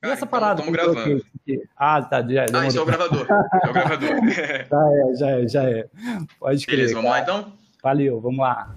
E Cara, essa então parada estamos que eu coloquei gravando. aqui? Ah, tá, já Ah, esse é demorou. o gravador. É o gravador. Já é. Pode Beleza, crer, vamos lá cara. então? Valeu, vamos lá.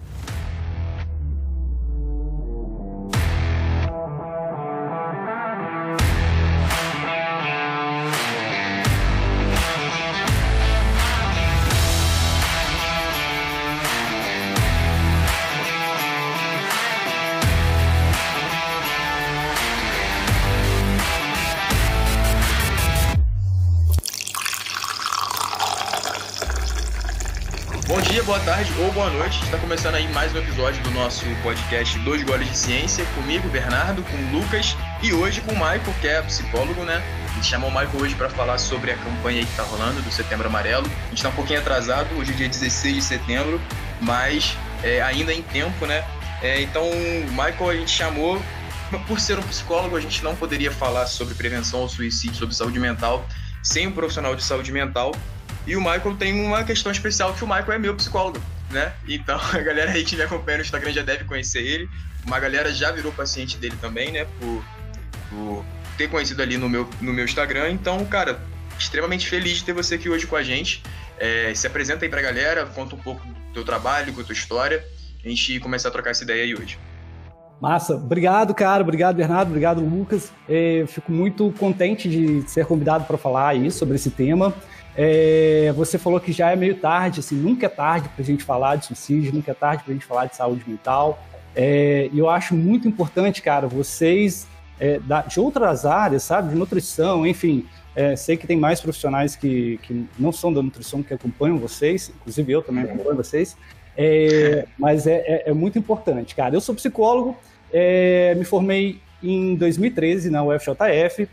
Bom dia, boa tarde ou boa noite. Está começando aí mais um episódio do nosso podcast Dois Goles de Ciência. Comigo, Bernardo, com o Lucas e hoje com o Michael, que é psicólogo, né? A gente chamou o Michael hoje para falar sobre a campanha aí que está rolando do Setembro Amarelo. A gente está um pouquinho atrasado, hoje é dia 16 de setembro, mas ainda em tempo, né? Então, o Michael a gente chamou, por ser um psicólogo, a gente não poderia falar sobre prevenção ao suicídio, sobre saúde mental, sem um profissional de saúde mental. E o Michael tem uma questão especial, que o Michael é meu psicólogo, né? Então, a galera aí que me acompanha no Instagram já deve conhecer ele. Uma galera já virou paciente dele também, né? Por ter conhecido ali no meu Instagram. Então, cara, extremamente feliz de ter você aqui hoje com a gente. Se apresenta aí pra galera, conta um pouco do teu trabalho, com a tua história. A gente começar a trocar essa ideia aí hoje. Massa. Obrigado, cara. Obrigado, Bernardo. Obrigado, Lucas. Fico muito contente de ser convidado para falar aí sobre esse tema. Você falou que já é meio tarde, assim, nunca é tarde para a gente falar de suicídio, nunca é tarde para a gente falar de saúde mental. E eu acho muito importante, cara, vocês de outras áreas, sabe, de nutrição, enfim, sei que tem mais profissionais que não são da nutrição que acompanham vocês, inclusive eu também acompanho vocês, mas é muito importante, cara. Eu sou psicólogo, me formei em 2013 na UFJF,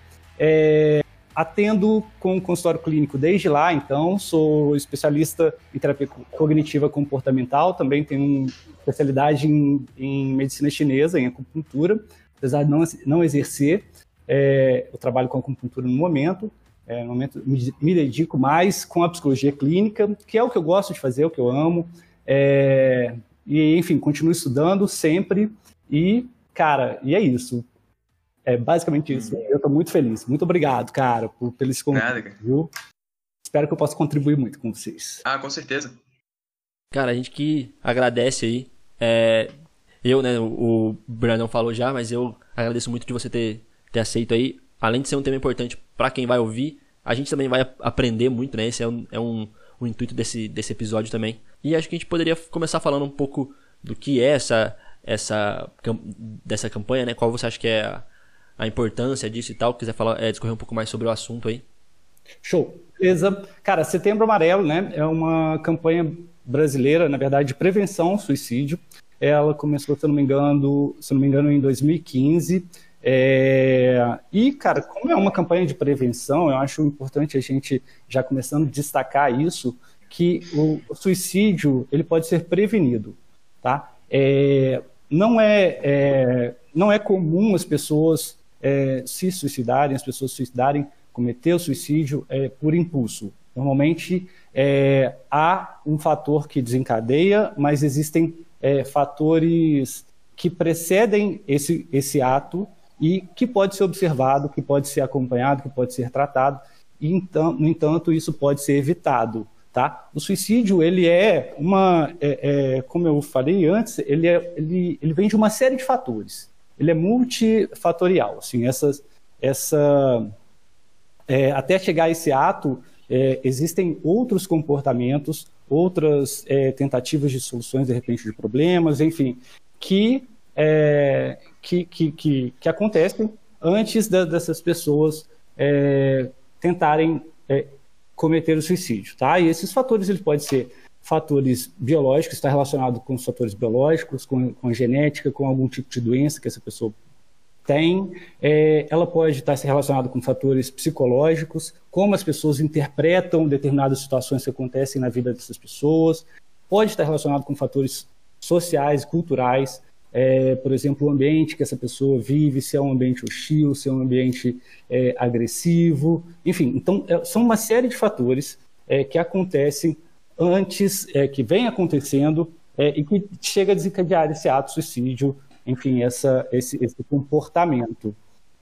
atendo com consultório clínico desde lá, então sou especialista em terapia cognitiva comportamental, também tenho especialidade em medicina chinesa, em acupuntura, apesar de não exercer, eu trabalho com acupuntura no momento me dedico mais com a psicologia clínica, que é o que eu gosto de fazer, o que eu amo, e enfim, continuo estudando sempre e, cara, e é isso. Basicamente isso. Eu estou muito feliz. Muito obrigado, cara, pelo esse convite, viu? Espero que eu possa contribuir muito com vocês. Ah, com certeza. Cara, a gente que agradece aí. Eu, né, o Brandão falou já, mas eu agradeço muito de você ter aceito aí. Além de ser um tema importante para quem vai ouvir, a gente também vai aprender muito, né? Esse é um intuito desse episódio também. E acho que a gente poderia começar falando um pouco do que é dessa campanha, né? Qual você acha que é a importância disso e tal, quiser falar, discorrer um pouco mais sobre o assunto aí. Show, beleza. Cara, Setembro Amarelo, né, é uma campanha brasileira, na verdade, de prevenção ao suicídio. Ela começou, se não me engano, em 2015. E, cara, como é uma campanha de prevenção, eu acho importante a gente, já começando a destacar isso, que o suicídio, ele pode ser prevenido, tá? Não é comum as pessoas se suicidarem, cometer o suicídio por impulso. Normalmente há um fator que desencadeia, mas existem fatores que precedem esse ato e que pode ser observado, que pode ser acompanhado, que pode ser tratado, e então, no entanto, isso pode ser evitado. Tá? O suicídio, ele como eu falei antes, ele vem de uma série de fatores. Ele é multifatorial. Assim, até chegar a esse ato, existem outros comportamentos, outras tentativas de soluções, de repente, de problemas, enfim, que acontecem antes dessas pessoas tentarem cometer o suicídio, tá? E esses fatores, eles podem ser fatores biológicos, está relacionado com os fatores biológicos, com a genética, com algum tipo de doença que essa pessoa tem. Ela pode estar relacionada com fatores psicológicos, como as pessoas interpretam determinadas situações que acontecem na vida dessas pessoas. Pode estar relacionado com fatores sociais, culturais, por exemplo, o ambiente que essa pessoa vive, se é um ambiente hostil, se é um ambiente agressivo, enfim. Então, são uma série de fatores que acontecem antes, que vem acontecendo e que chega a desencadear esse ato de suicídio, enfim, esse comportamento.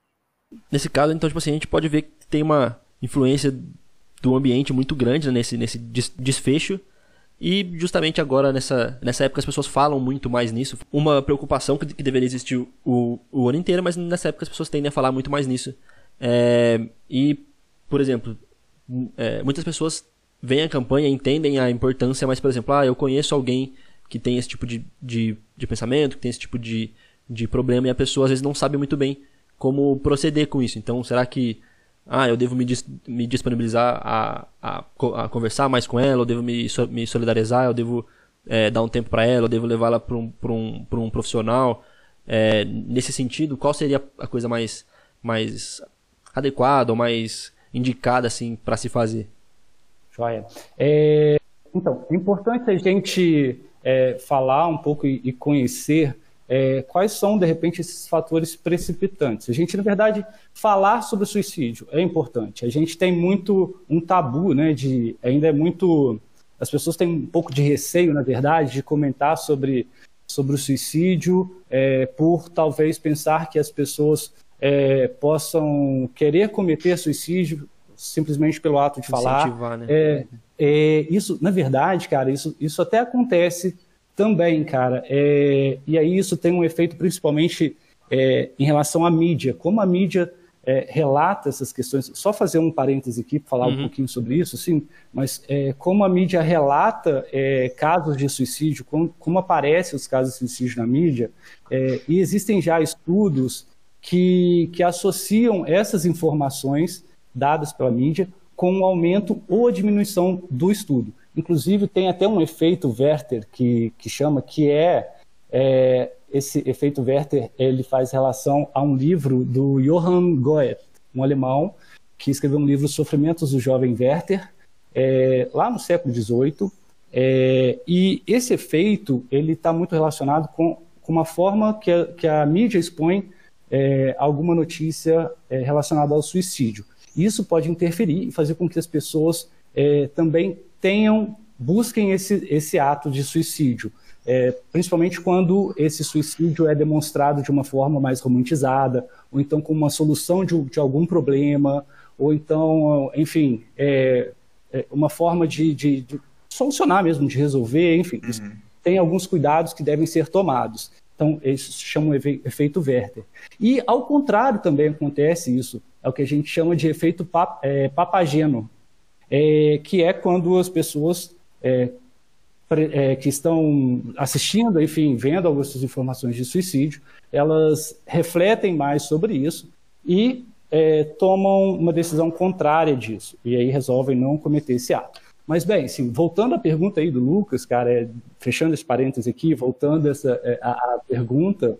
Nesse caso, então, tipo assim, a gente pode ver que tem uma influência do ambiente muito grande, né, nesse desfecho. E justamente agora, nessa época, as pessoas falam muito mais nisso. Uma preocupação que deveria existir o ano inteiro, mas nessa época as pessoas tendem a falar muito mais nisso. E, por exemplo, muitas pessoas veem a campanha, entendem a importância, mas, por exemplo, eu conheço alguém que tem esse tipo de pensamento, que tem esse tipo de problema, e a pessoa às vezes não sabe muito bem como proceder com isso. Então, será que eu devo me disponibilizar a conversar mais com ela, eu devo me solidarizar, eu devo dar um tempo para ela, eu devo levá-la para um profissional? Nesse sentido, qual seria a coisa mais adequada ou mais indicada assim, para se fazer? Joia. Então, é importante a gente falar um pouco e conhecer quais são, de repente, esses fatores precipitantes. A gente, na verdade, falar sobre o suicídio é importante. A gente tem muito um tabu, né, ainda é muito... As pessoas têm um pouco de receio, na verdade, de comentar sobre o suicídio, por talvez pensar que as pessoas possam querer cometer suicídio simplesmente pelo ato de falar. Incentivar, né? Isso, na verdade, cara, isso até acontece também, cara. E aí isso tem um efeito principalmente em relação à mídia. Como a mídia relata essas questões, só fazer um parêntese aqui para falar um pouquinho sobre isso, sim, mas como a mídia relata casos de suicídio, como aparecem os casos de suicídio na mídia, e existem já estudos que associam essas informações dadas pela mídia com um aumento ou a diminuição do estudo. Inclusive, tem até um efeito Werther que chama, esse efeito Werther, ele faz relação a um livro do Johann Goethe, um alemão, que escreveu um livro, Sofrimentos do Jovem Werther, lá no século XVIII, e esse efeito ele está muito relacionado com uma forma que a mídia expõe alguma notícia relacionada ao suicídio. Isso pode interferir e fazer com que as pessoas também busquem esse ato de suicídio, principalmente quando esse suicídio é demonstrado de uma forma mais romantizada, ou então com uma solução de algum problema, ou então, enfim, uma forma de solucionar mesmo, de resolver, enfim. Tem alguns cuidados que devem ser tomados. Então, isso se chama efeito Werther. E, ao contrário, também acontece isso, é o que a gente chama de efeito Papageno, que é quando as pessoas que estão assistindo, enfim, vendo algumas informações de suicídio, elas refletem mais sobre isso e tomam uma decisão contrária disso, e aí resolvem não cometer esse ato. Mas, bem, assim, voltando à pergunta aí do Lucas, cara, fechando esse parêntese aqui, voltando à pergunta,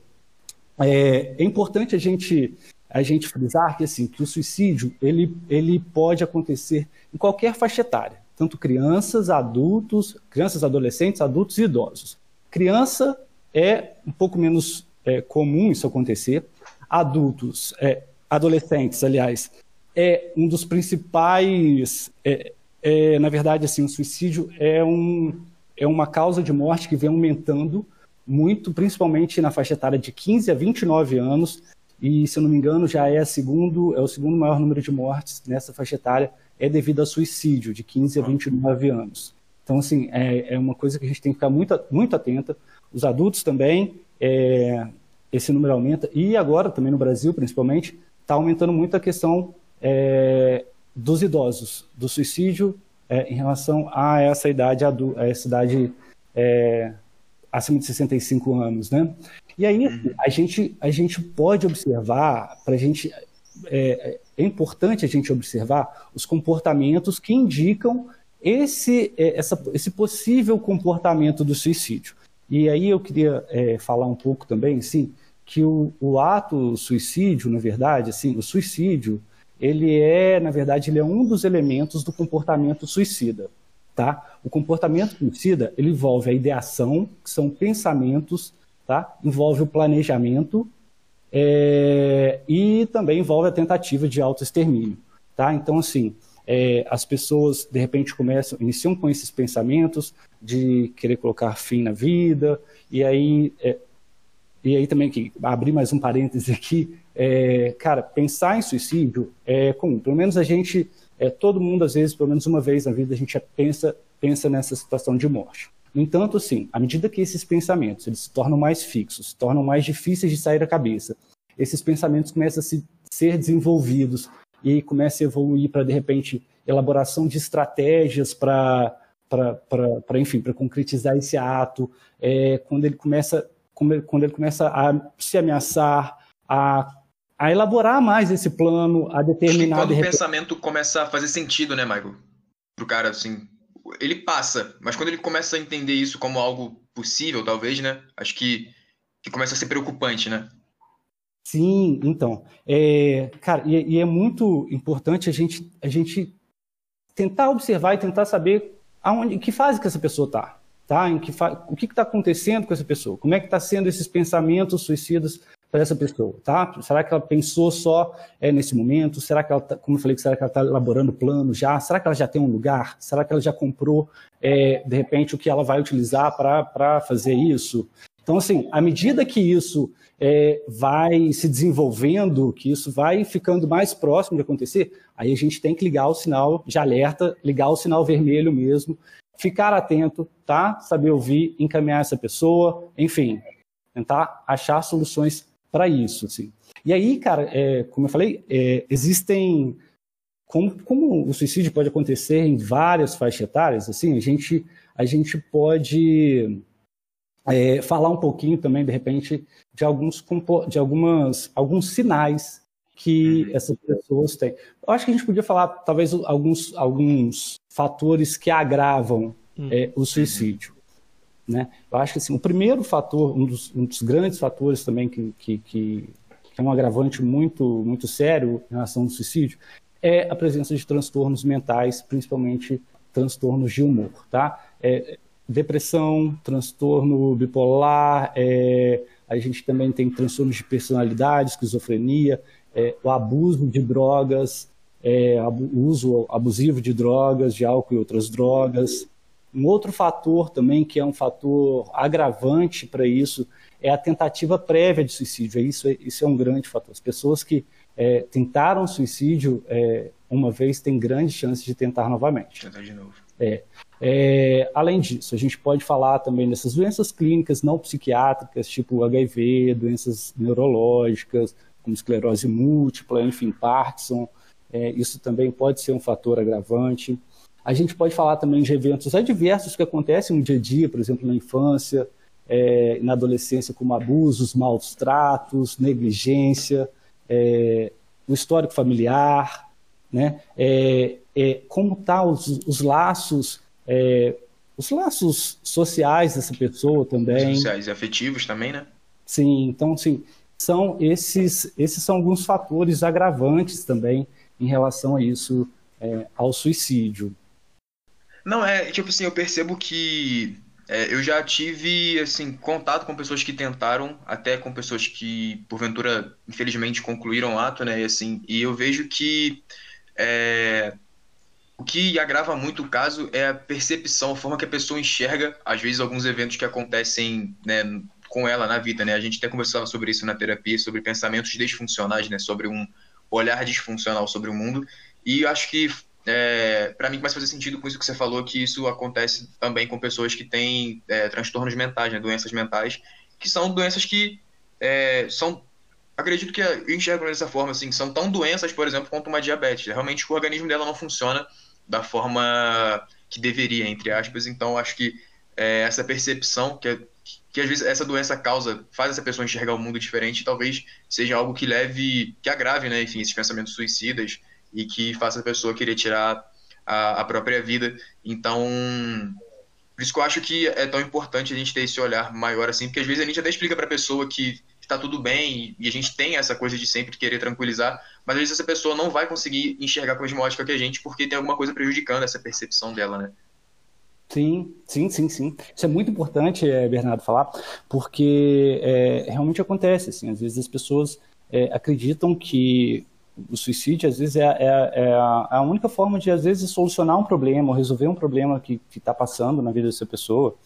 é importante a gente frisar que, assim, que o suicídio ele pode acontecer em qualquer faixa etária, tanto crianças, adolescentes, adultos e idosos. Criança é um pouco menos comum isso acontecer. Adolescentes, aliás, é um dos principais... na verdade, assim, o suicídio é uma causa de morte que vem aumentando muito, principalmente na faixa etária de 15 a 29 anos, e, se eu não me engano, já é o segundo maior número de mortes nessa faixa etária, devido ao suicídio, de 15 a 29 anos. Então, assim, é uma coisa que a gente tem que ficar muito, muito atenta. Os adultos também, esse número aumenta, e agora, também no Brasil, principalmente, está aumentando muito a questão dos idosos, do suicídio em relação a essa idade acima de 65 anos, né? E aí a gente pode observar, é importante a gente observar os comportamentos que indicam esse possível comportamento do suicídio. E aí eu queria falar um pouco também, assim, que o ato suicídio, na verdade, assim, o suicídio, na verdade, ele é um dos elementos do comportamento suicida, tá? O comportamento suicida, ele envolve a ideação, que são pensamentos, tá? Envolve o planejamento e também envolve a tentativa de autoextermínio, tá? Então, assim, as pessoas, de repente, iniciam com esses pensamentos de querer colocar fim na vida, e aí e aí também que abrir mais um parêntese aqui, cara, pensar em suicídio é comum. Pelo menos a gente, todo mundo às vezes, pelo menos uma vez na vida, a gente pensa nessa situação de morte. No entanto, assim, à medida que esses pensamentos eles se tornam mais fixos, se tornam mais difíceis de sair da cabeça, esses pensamentos começam a ser desenvolvidos e começam a evoluir para, de repente, elaboração de estratégias para concretizar esse ato, quando ele começa a se ameaçar, a elaborar mais esse plano, a determinar... Quando o pensamento começa a fazer sentido, né, Michael? Pro cara, assim, ele passa, mas quando ele começa a entender isso como algo possível, talvez, né, acho que começa a ser preocupante, né? Sim, então, cara, e é muito importante a gente tentar observar e tentar saber em que fase que essa pessoa está, tá? O que está acontecendo com essa pessoa, como é que está sendo esses pensamentos suicidas para essa pessoa, tá? Será que ela pensou só nesse momento? Será que ela, como eu falei, será que ela está elaborando plano já? Será que ela já tem um lugar? Será que ela já comprou, de repente, o que ela vai utilizar para fazer isso? Então, assim, à medida que isso vai se desenvolvendo, que isso vai ficando mais próximo de acontecer, aí a gente tem que ligar o sinal de alerta, ligar o sinal vermelho mesmo, ficar atento, tá? Saber ouvir, encaminhar essa pessoa, enfim, tentar achar soluções para isso, assim. E aí, cara, como eu falei, existem... Como o suicídio pode acontecer em várias faixas etárias, assim, a gente pode... falar um pouquinho também, de repente, de alguns sinais que essas pessoas têm. Eu acho que a gente podia falar, talvez, alguns fatores que agravam o suicídio, né? Eu acho que assim, o primeiro fator, um dos grandes fatores também que é um agravante muito, muito sério em relação ao suicídio, é a presença de transtornos mentais, principalmente transtornos de humor, tá? Depressão, transtorno bipolar, a gente também tem transtornos de personalidade, esquizofrenia, o abuso de drogas, o uso abusivo de drogas, de álcool e outras drogas. Um outro fator também, que é um fator agravante para isso, é a tentativa prévia de suicídio. Isso é um grande fator. As pessoas que tentaram suicídio uma vez têm grande chance de tentar novamente. Tentar de novo. Além disso, a gente pode falar também dessas doenças clínicas não psiquiátricas, tipo HIV, doenças neurológicas, como esclerose múltipla, enfim, Parkinson. Isso também pode ser um fator agravante. A gente pode falar também de eventos adversos que acontecem no dia a dia, por exemplo, na infância, na adolescência, como abusos, maus tratos, negligência, o histórico familiar, né? Como tá os laços sociais dessa pessoa também. Sociais e afetivos também, né? Sim, então, sim, esses são alguns fatores agravantes também em relação a isso, ao suicídio. Não, tipo assim, eu percebo que eu já tive, assim, contato com pessoas que tentaram, até com pessoas que, porventura, infelizmente, concluíram o ato, né? E eu vejo que o que agrava muito o caso é a percepção, a forma que a pessoa enxerga, às vezes, alguns eventos que acontecem, né, com ela na vida, né? A gente até conversava sobre isso na terapia, sobre pensamentos disfuncionais, né? Sobre um olhar disfuncional sobre o mundo. E eu acho que, para mim, começa a fazer sentido com isso que você falou, que isso acontece também com pessoas que têm transtornos mentais, né? Doenças mentais, que são doenças que são... Acredito que eu enxergo dessa forma, assim, são tão doenças, por exemplo, quanto uma diabetes. Realmente o organismo dela não funciona da forma que deveria, entre aspas. Então, acho que essa percepção que às vezes essa doença faz essa pessoa enxergar o mundo diferente, talvez seja algo que agrave, né, enfim, esses pensamentos suicidas e que faça a pessoa querer tirar a própria vida. Então, por isso que eu acho que é tão importante a gente ter esse olhar maior, assim, porque às vezes a gente até explica para a pessoa que está tudo bem e a gente tem essa coisa de sempre querer tranquilizar, mas às vezes essa pessoa não vai conseguir enxergar com a mesma ótica que a gente porque tem alguma coisa prejudicando essa percepção dela, né? Sim. Isso é muito importante, Bernardo, falar, porque realmente acontece, assim, às vezes as pessoas acreditam que o suicídio, às vezes, é a única forma de, às vezes, solucionar um problema ou resolver um problema que está passando na vida dessa pessoa.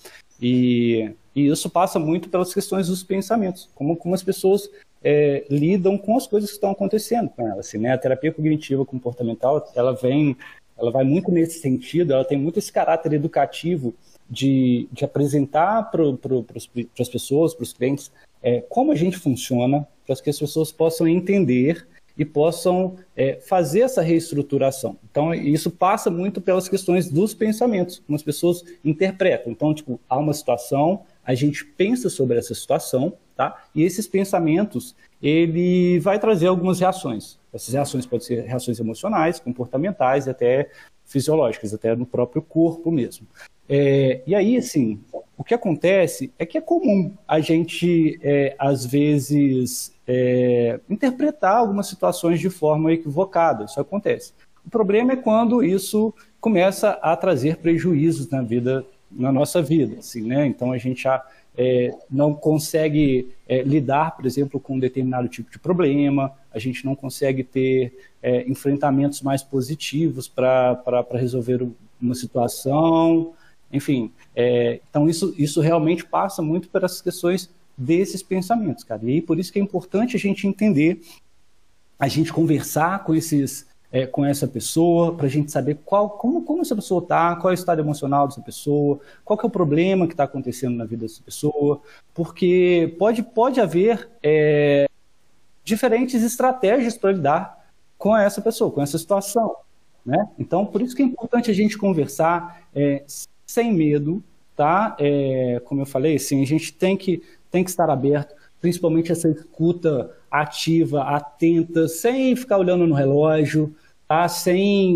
E isso passa muito pelas questões dos pensamentos, como as pessoas lidam com as coisas que estão acontecendo com elas. Assim, né? A terapia cognitiva comportamental, ela vai muito nesse sentido, ela tem muito esse caráter educativo de apresentar para as pessoas, para os clientes, como a gente funciona, para que as pessoas possam entender e possam fazer essa reestruturação. Então, isso passa muito pelas questões dos pensamentos, como as pessoas interpretam. Então, tipo, há uma situação, a gente pensa sobre essa situação, tá? E esses pensamentos, ele vai trazer algumas reações. Essas reações podem ser reações emocionais, comportamentais, até fisiológicas, até no próprio corpo mesmo. E aí, assim, o que acontece é que é comum a gente, às vezes, interpretar algumas situações de forma equivocada. Isso acontece. O problema é quando isso começa a trazer prejuízos na nossa vida, assim, né? Então, a gente já não consegue lidar, por exemplo, com um determinado tipo de problema, a gente não consegue ter enfrentamentos mais positivos para resolver uma situação, enfim. Então, isso realmente passa muito pelas questões desses pensamentos, cara. E aí, por isso que é importante a gente entender, a gente conversar com essa pessoa, para a gente saber como essa pessoa está, qual é o estado emocional dessa pessoa, qual que é o problema que está acontecendo na vida dessa pessoa, porque pode haver diferentes estratégias para lidar com essa pessoa, com essa situação, né? Então, por isso que é importante a gente conversar sem medo, tá? Como eu falei, assim, a gente tem que estar aberto, principalmente essa escuta ativa, atenta, sem ficar olhando no relógio, tá? Sem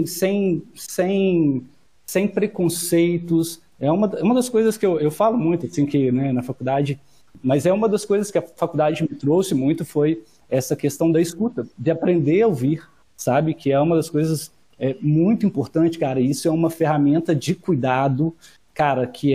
preconceitos. É uma das coisas que eu falo muito, assim, que, né, na faculdade, mas é uma das coisas que a faculdade me trouxe muito, foi essa questão da escuta, de aprender a ouvir, sabe? Que é uma das coisas muito importantes, cara. Isso é uma ferramenta de cuidado, cara, que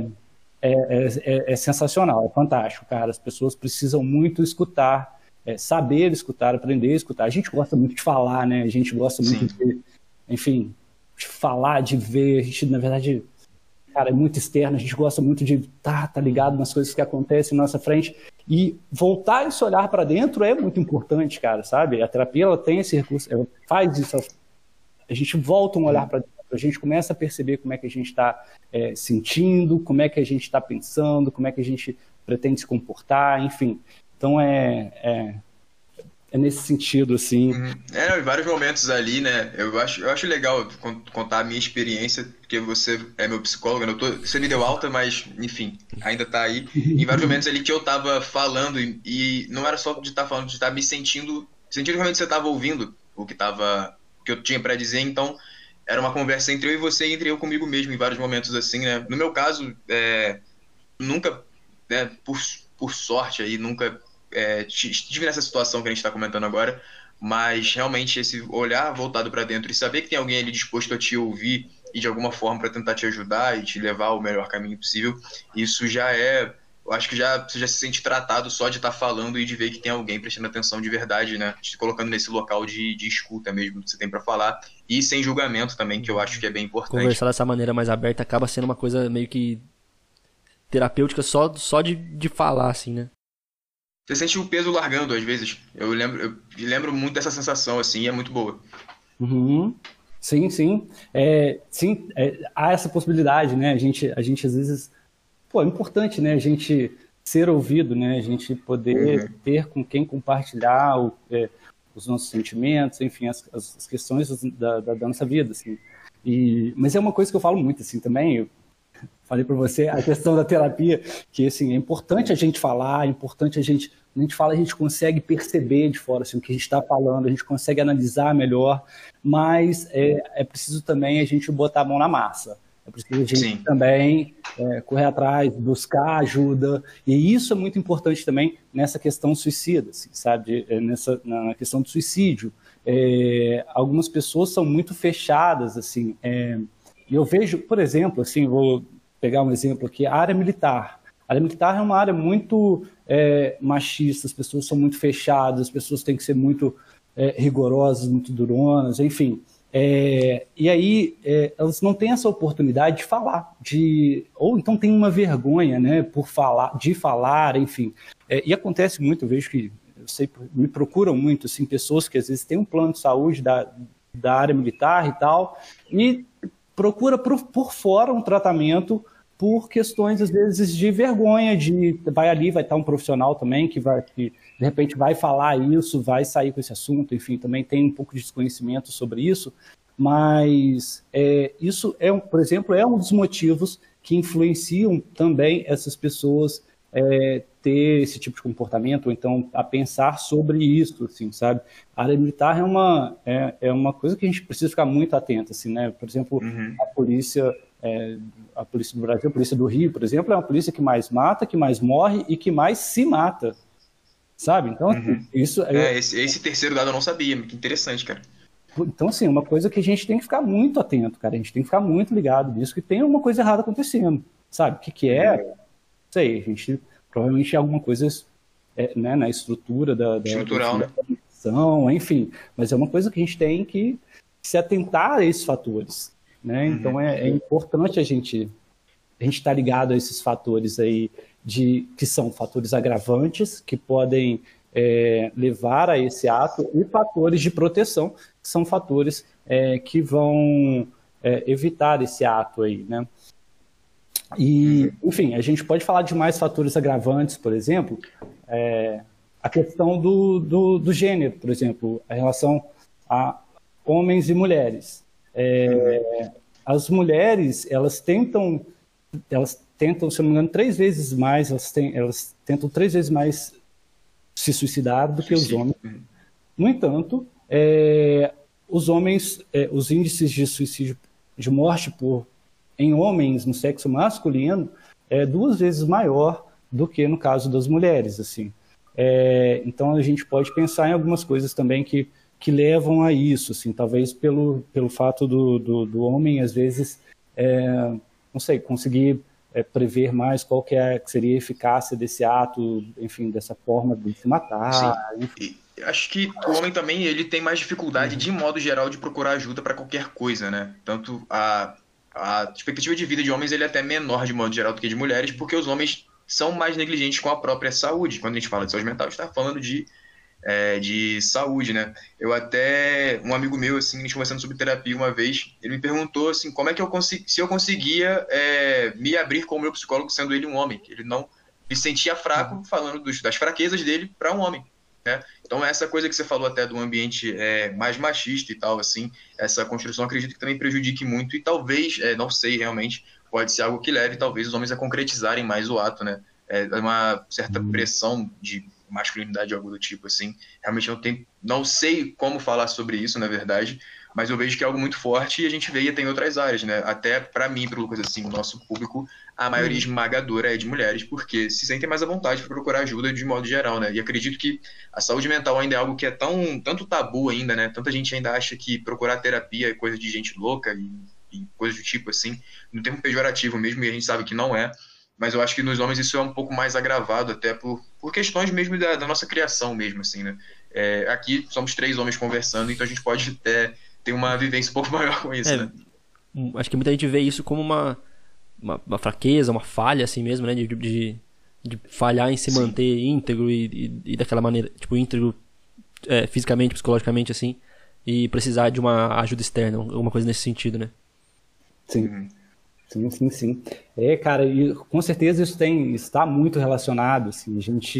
é sensacional, é fantástico, cara. As pessoas precisam muito escutar, saber escutar, aprender a escutar. A gente gosta muito de falar, né? A gente gosta muito de falar, de ver. A gente, na verdade, cara, é muito externo. A gente gosta muito de tá ligado nas coisas que acontecem na nossa frente. E voltar esse olhar para dentro é muito importante, cara, sabe? A terapia, ela tem esse recurso, ela faz isso. A gente volta um olhar para dentro. A gente começa a perceber como é que a gente está sentindo, como é que a gente está pensando, como é que a gente pretende se comportar, enfim. Então, é nesse sentido, assim. Em vários momentos ali, né? Eu acho legal contar a minha experiência, porque você é meu psicólogo, né? Você me deu alta, mas, enfim, ainda tá aí. Em vários momentos ali que eu tava falando, e não era só de estar falando, de estar me sentindo que realmente você tava ouvindo o que eu tinha para dizer, então era uma conversa entre eu e você e entre eu comigo mesmo em vários momentos assim, né? No meu caso, nunca, né, por sorte aí, nunca estive nessa situação que a gente está comentando agora, mas realmente esse olhar voltado para dentro e saber que tem alguém ali disposto a te ouvir e de alguma forma para tentar te ajudar e te levar ao melhor caminho possível, isso já eu acho que você já se sente tratado só de estar falando e de ver que tem alguém prestando atenção de verdade, né? Te colocando nesse local de escuta mesmo que você tem para falar e sem julgamento também, que eu acho que é bem importante. Conversar dessa maneira mais aberta acaba sendo uma coisa meio que terapêutica só de falar, assim, né? Você sente o peso largando às vezes. Eu lembro muito dessa sensação, assim, e é muito boa. Uhum. Sim, sim. Há essa possibilidade, né? A gente às vezes... Pô, é importante, né, a gente ser ouvido, né, a gente poder ter com quem compartilhar os nossos sentimentos, enfim, as questões da nossa vida, assim. Mas é uma coisa que eu falo muito, assim, também, eu falei para você, a questão da terapia, que, assim, é importante a gente falar, é importante a gente fala, a gente consegue perceber de fora, assim, o que a gente está falando, a gente consegue analisar melhor, mas é preciso também a gente botar a mão na massa. É preciso a gente também correr atrás, buscar ajuda. E isso é muito importante também nessa questão suicida, assim, sabe? Na questão do suicídio. Algumas pessoas são muito fechadas, assim. E eu vejo, por exemplo, assim, vou pegar um exemplo aqui, a área militar. A área militar é uma área muito machista, as pessoas são muito fechadas, as pessoas têm que ser muito rigorosas, muito duronas, enfim. E aí elas não têm essa oportunidade de falar, ou então tem uma vergonha, né, de falar, enfim. E acontece muito, eu vejo que, eu sei, me procuram muito, assim, pessoas que às vezes têm um plano de saúde da área militar e tal, e procura por fora um tratamento por questões, às vezes, de vergonha, vai estar um profissional também que de repente vai falar isso, vai sair com esse assunto, enfim, também tem um pouco de desconhecimento sobre isso, mas isso, por exemplo, é um dos motivos que influenciam também essas pessoas ter esse tipo de comportamento, ou então a pensar sobre isso, assim, sabe? A área militar é uma coisa que a gente precisa ficar muito atento, assim, né? Por exemplo, a polícia do Brasil, a polícia do Rio, por exemplo, é uma polícia que mais mata, que mais morre e que mais se mata, sabe? Então, assim, isso... Esse terceiro dado eu não sabia, que interessante, cara. Então, assim, uma coisa que a gente tem que ficar muito atento, cara, a gente tem que ficar muito ligado nisso, que tem uma coisa errada acontecendo, sabe? O que é? Não sei, a gente provavelmente é alguma coisa né, na estrutura estrutural, né? Da missão, enfim, mas é uma coisa que a gente tem que se atentar a esses fatores, né? Então é importante a gente estar ligado a esses fatores aí, que são fatores agravantes, que podem levar a esse ato, e fatores de proteção, que são fatores que vão evitar esse ato aí, né? E, enfim, a gente pode falar de mais fatores agravantes, por exemplo, a questão do gênero, por exemplo, em relação a homens e mulheres. As mulheres, elas tentam, se eu não me engano, 3 vezes mais, elas tentam 3 vezes mais se suicidar do que os homens. No entanto, os homens, os índices de suicídio, de morte em homens no sexo masculino é 2 vezes maior do que no caso das mulheres, assim. Então a gente pode pensar em algumas coisas também que levam a isso, assim, talvez pelo fato do homem, às vezes, não sei, conseguir prever mais qual que seria a eficácia desse ato, enfim, dessa forma de se matar. Sim. Acho que o homem também ele tem mais dificuldade, de modo geral, de procurar ajuda para qualquer coisa, né? Tanto a expectativa de vida de homens ele é até menor, de modo geral, do que de mulheres, porque os homens são mais negligentes com a própria saúde. Quando a gente fala de saúde mental, a gente está falando de saúde, né? Um amigo meu, assim, a gente conversando sobre terapia uma vez, ele me perguntou, assim, como é que se eu conseguia me abrir com o meu psicólogo, sendo ele um homem. Ele não se sentia fraco, falando das fraquezas dele para um homem, né? Então essa coisa que você falou até do ambiente mais machista e tal, assim, essa construção acredito que também prejudique muito e talvez, não sei realmente, pode ser algo que leve talvez os homens a concretizarem mais o ato, né? Uma certa pressão de masculinidade, algo do tipo, assim. Realmente não sei como falar sobre isso, na verdade, mas eu vejo que é algo muito forte e a gente vê até em outras áreas, né? Até para mim, pro Lucas, assim, o nosso público, a maioria esmagadora é de mulheres, porque se sentem mais à vontade para procurar ajuda de modo geral, né? E acredito que a saúde mental ainda é algo que é tanto tabu ainda, né? Tanta gente ainda acha que procurar terapia é coisa de gente louca e coisas do tipo, assim, no termo pejorativo mesmo, e a gente sabe que não é. Mas eu acho que nos homens isso é um pouco mais agravado, até por questões mesmo da nossa criação mesmo, assim, né? Aqui somos 3 homens conversando, então a gente pode ter uma vivência um pouco maior com isso, né? Acho que muita gente vê isso como uma fraqueza, uma falha, assim mesmo, né? De falhar em se manter íntegro e daquela maneira, tipo, íntegro fisicamente, psicologicamente, assim, e precisar de uma ajuda externa, alguma coisa nesse sentido, né? Sim. Sim. Cara, e com certeza isso está muito relacionado, assim,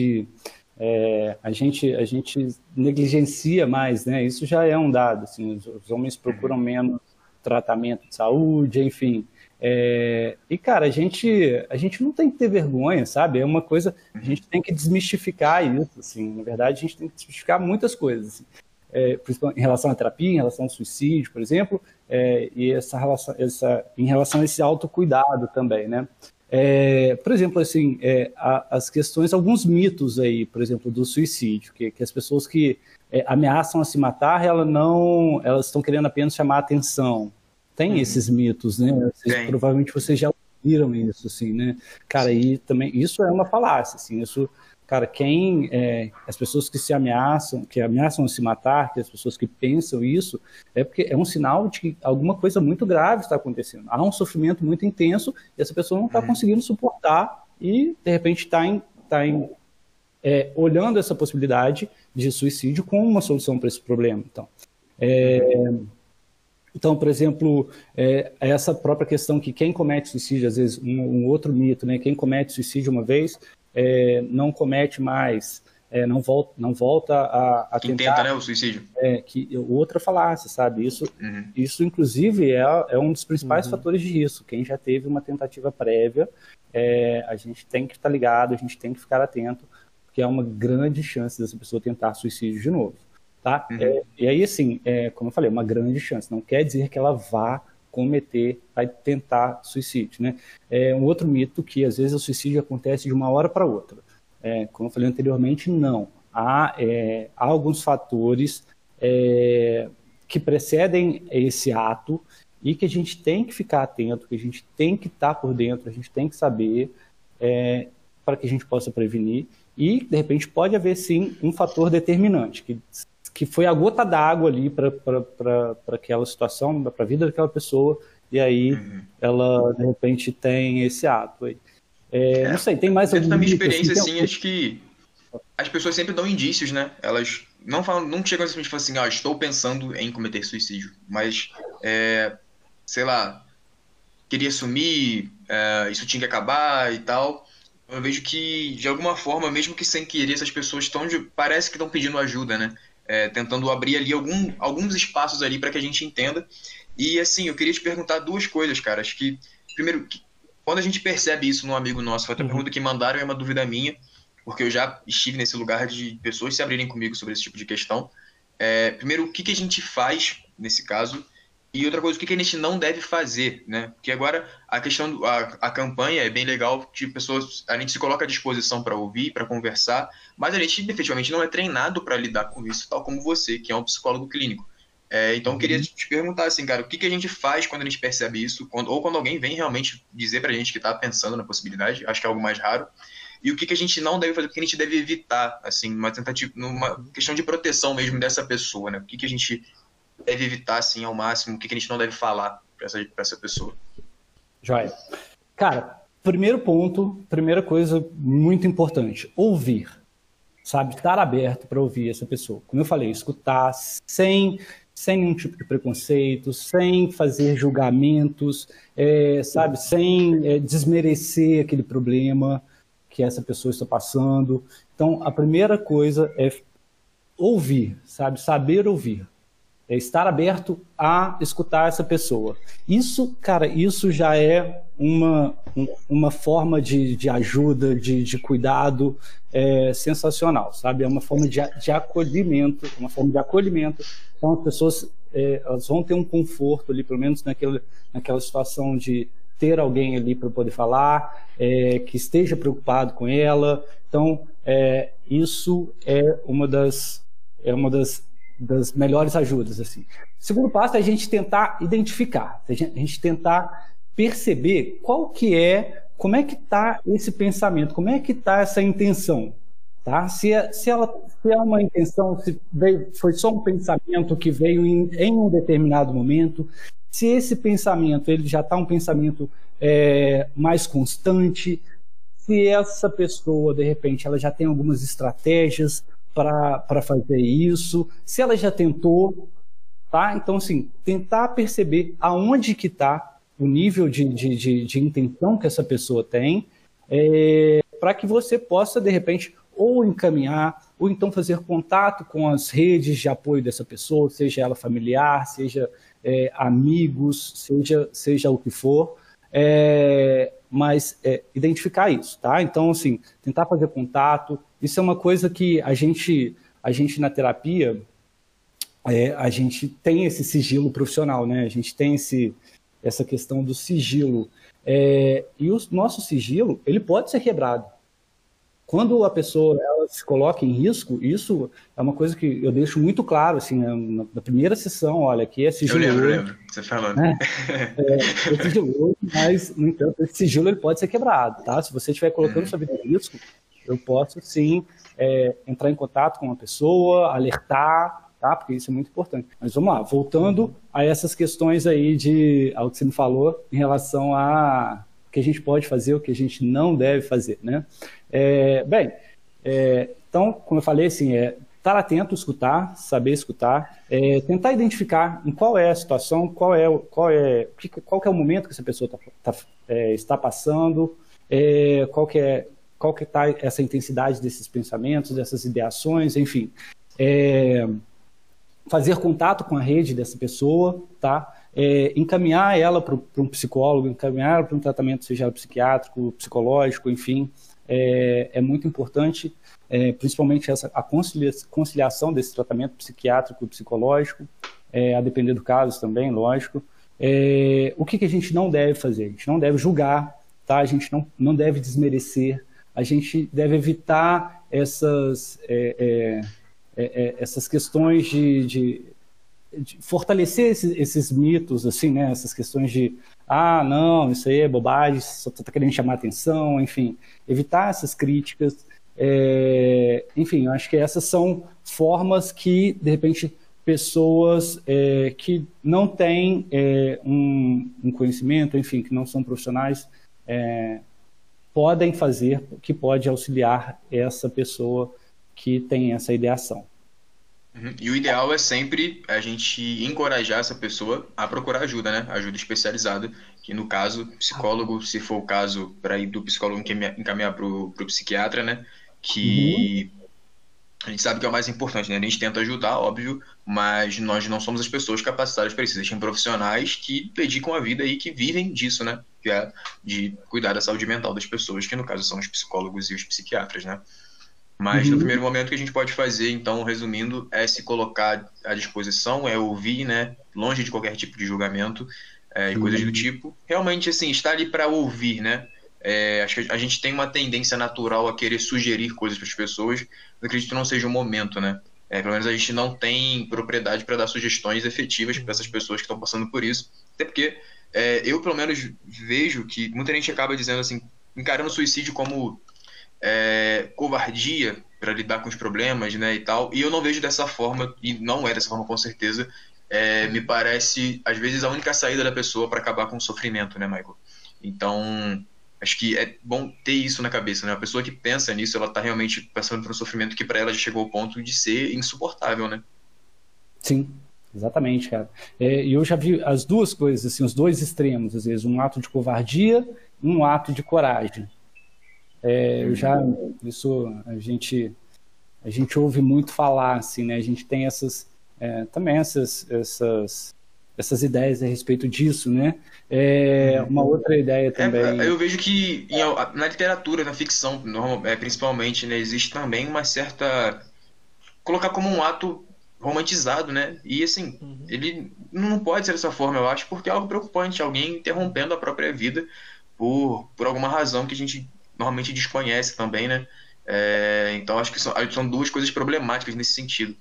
a gente negligencia mais, né? Isso já é um dado, assim, os homens procuram menos tratamento de saúde, enfim. E, cara, a gente não tem que ter vergonha, sabe? É uma coisa, a gente tem que desmistificar isso, assim, na verdade a gente tem que desmistificar muitas coisas, assim. Principalmente em relação à terapia, em relação ao suicídio, por exemplo, e em relação a esse autocuidado também, né? Por exemplo, assim, as questões, alguns mitos aí, por exemplo, do suicídio, que as pessoas que ameaçam a se matar, elas estão querendo apenas chamar a atenção. Tem esses mitos, né? Provavelmente vocês já ouviram isso, assim, né? Cara, e também, isso é uma falácia, assim, isso... cara, as pessoas que ameaçam se matar, que as pessoas que pensam isso, é porque é um sinal de que alguma coisa muito grave está acontecendo. Há um sofrimento muito intenso e essa pessoa não está conseguindo suportar e, de repente, está olhando essa possibilidade de suicídio como uma solução para esse problema. Então, por exemplo, essa própria questão que quem comete suicídio, às vezes, um outro mito, né? Quem comete suicídio uma vez não comete mais, não volta a quem tentar. Tenta, né, o suicídio. Outra falácia, sabe? Isso inclusive, é um dos principais fatores de risco. Quem já teve uma tentativa prévia, a gente tem que estar ligado, a gente tem que ficar atento, porque há uma grande chance dessa pessoa tentar suicídio de novo. Tá? E aí, assim, como eu falei, uma grande chance. Não quer dizer que ela vai tentar suicídio, né? Um outro mito que, às vezes, o suicídio acontece de uma hora para outra. Como eu falei anteriormente, não. Há alguns fatores que precedem esse ato e que a gente tem que ficar atento, que a gente tem que estar por dentro, a gente tem que saber para que a gente possa prevenir. E, de repente, pode haver, sim, um fator determinante, que foi a gota d'água ali para aquela situação, para a vida daquela pessoa, e aí ela, de repente, tem esse ato aí. Não sei, tem mais algum... Na minha experiência, assim, acho que as pessoas sempre dão indícios, né? Elas não chegam simplesmente e falam assim, estou pensando em cometer suicídio, mas, sei lá, queria sumir, isso tinha que acabar e tal. Eu vejo que, de alguma forma, mesmo que sem querer, essas pessoas parece que estão pedindo ajuda, né? Tentando abrir ali alguns espaços ali para que a gente entenda. E, assim, eu queria te perguntar duas coisas, cara. Acho que, primeiro, quando a gente percebe isso num amigo nosso, foi até a pergunta que mandaram, é uma dúvida minha, porque eu já estive nesse lugar de pessoas se abrirem comigo sobre esse tipo de questão. Primeiro, o que a gente faz nesse caso? E outra coisa, o que a gente não deve fazer, né? Porque agora a campanha é bem legal, de pessoas, a gente se coloca à disposição para ouvir, para conversar, mas a gente efetivamente não é treinado para lidar com isso, tal como você, que é um psicólogo clínico. Então eu queria te perguntar assim, cara, o que a gente faz quando a gente percebe isso, ou quando alguém vem realmente dizer pra gente que está pensando na possibilidade, acho que é algo mais raro, e o que a gente não deve fazer, o que a gente deve evitar, assim, numa questão de proteção mesmo dessa pessoa, né? O que a gente deve evitar, assim, ao máximo, o que a gente não deve falar para essa pessoa. Joia. Cara, primeira coisa muito importante, ouvir, sabe? Estar aberto para ouvir essa pessoa. Como eu falei, escutar sem nenhum tipo de preconceito, sem fazer julgamentos, sabe? Sem desmerecer aquele problema que essa pessoa está passando. Então, a primeira coisa é ouvir, sabe? Saber ouvir. É estar aberto a escutar essa pessoa. Isso, cara, isso já é uma forma de ajuda, de cuidado sensacional, sabe? É uma forma de acolhimento, Então, as pessoas elas vão ter um conforto ali, pelo menos naquela situação de ter alguém ali para poder falar, que esteja preocupado com ela. Então, isso é uma das melhores ajudas, assim. O segundo passo é a gente tentar identificar, a gente tentar perceber como é que está esse pensamento, como é que está essa intenção, tá? Se é uma intenção, foi só um pensamento que veio em um determinado momento, se esse pensamento ele já está um pensamento mais constante, se essa pessoa, de repente, ela já tem algumas estratégias para fazer isso, se ela já tentou, tá? Então, assim, tentar perceber aonde que está o nível de intenção que essa pessoa tem, para que você possa, de repente, ou encaminhar, ou então fazer contato com as redes de apoio dessa pessoa, seja ela familiar, seja amigos, seja o que for, mas identificar isso, tá? Então, assim, tentar fazer contato. Isso é uma coisa que a gente na terapia, a gente tem esse sigilo profissional, né? A gente tem essa questão do sigilo. E o nosso sigilo, ele pode ser quebrado. Quando a pessoa ela se coloca em risco, isso é uma coisa que eu deixo muito claro, assim, na primeira sessão, olha, aqui é sigiloso. Eu lembro, você falando. É sigiloso, mas, no entanto, esse sigilo ele pode ser quebrado, tá? Se você estiver colocando sua vida em risco, Eu posso, sim, entrar em contato com uma pessoa, alertar, tá? Porque isso é muito importante. Mas vamos lá, voltando a essas questões aí ao que você me falou em relação a o que a gente pode fazer, o que a gente não deve fazer, né? Então, como eu falei, assim, estar atento, escutar, saber escutar, tentar identificar em qual é a situação, qual que é o momento que essa pessoa está passando, qual que está essa intensidade desses pensamentos, dessas ideações, enfim. Fazer contato com a rede dessa pessoa, tá? Encaminhar ela para um psicólogo, encaminhar ela para um tratamento, seja psiquiátrico, psicológico, enfim. É muito importante, principalmente a conciliação desse tratamento psiquiátrico e psicológico, a depender do caso também, lógico. O que a gente não deve fazer? A gente não deve julgar, tá? A gente não deve desmerecer, a gente deve evitar essas questões de fortalecer esses mitos, assim, né? Essas questões de não, isso aí é bobagem, só está querendo chamar atenção, enfim, evitar essas críticas. Enfim, eu acho que essas são formas que, de repente, pessoas que não têm um conhecimento, enfim, que não são profissionais, podem fazer, que pode auxiliar essa pessoa que tem essa ideação. E o ideal é sempre a gente encorajar essa pessoa a procurar ajuda, né? Ajuda especializada, que no caso, psicólogo, se for o caso, para ir do psicólogo encaminhar para o psiquiatra, né? Que a gente sabe que é o mais importante, né? A gente tenta ajudar, óbvio, mas nós não somos as pessoas capacitadas para isso. Existem profissionais que dedicam a vida e que vivem disso, né? Que é de cuidar da saúde mental das pessoas, que no caso são os psicólogos e os psiquiatras, né? Mas no primeiro momento que a gente pode fazer, então, resumindo, é se colocar à disposição, é ouvir, né, longe de qualquer tipo de julgamento e coisas do tipo. Realmente, assim, estar ali para ouvir, né? Acho que a gente tem uma tendência natural a querer sugerir coisas para as pessoas, mas acredito que não seja o momento, né? Pelo menos a gente não tem propriedade para dar sugestões efetivas para essas pessoas que estão passando por isso. Até porque eu, pelo menos, vejo que muita gente acaba dizendo assim, encarando o suicídio como covardia para lidar com os problemas, né, e tal, e eu não vejo dessa forma, e não é dessa forma com certeza. Me parece, às vezes, a única saída da pessoa para acabar com o sofrimento, né, Michael? Então, acho que é bom ter isso na cabeça, né? A pessoa que pensa nisso, ela tá realmente passando por um sofrimento que para ela já chegou ao ponto de ser insuportável, né? Sim, exatamente, cara. E eu já vi as duas coisas, assim, os dois extremos, às vezes, um ato de covardia e um ato de coragem. Isso a gente ouve muito falar, assim, né? A gente tem também essas ideias a respeito disso, né? Uma outra ideia também. Eu vejo que na literatura, na ficção, principalmente, né, existe também uma certa colocar como um ato romantizado, né? E assim, ele não pode ser dessa forma, eu acho, porque é algo preocupante, alguém interrompendo a própria vida por alguma razão que a gente normalmente desconhece também, né? Então acho que são duas coisas problemáticas nesse sentido.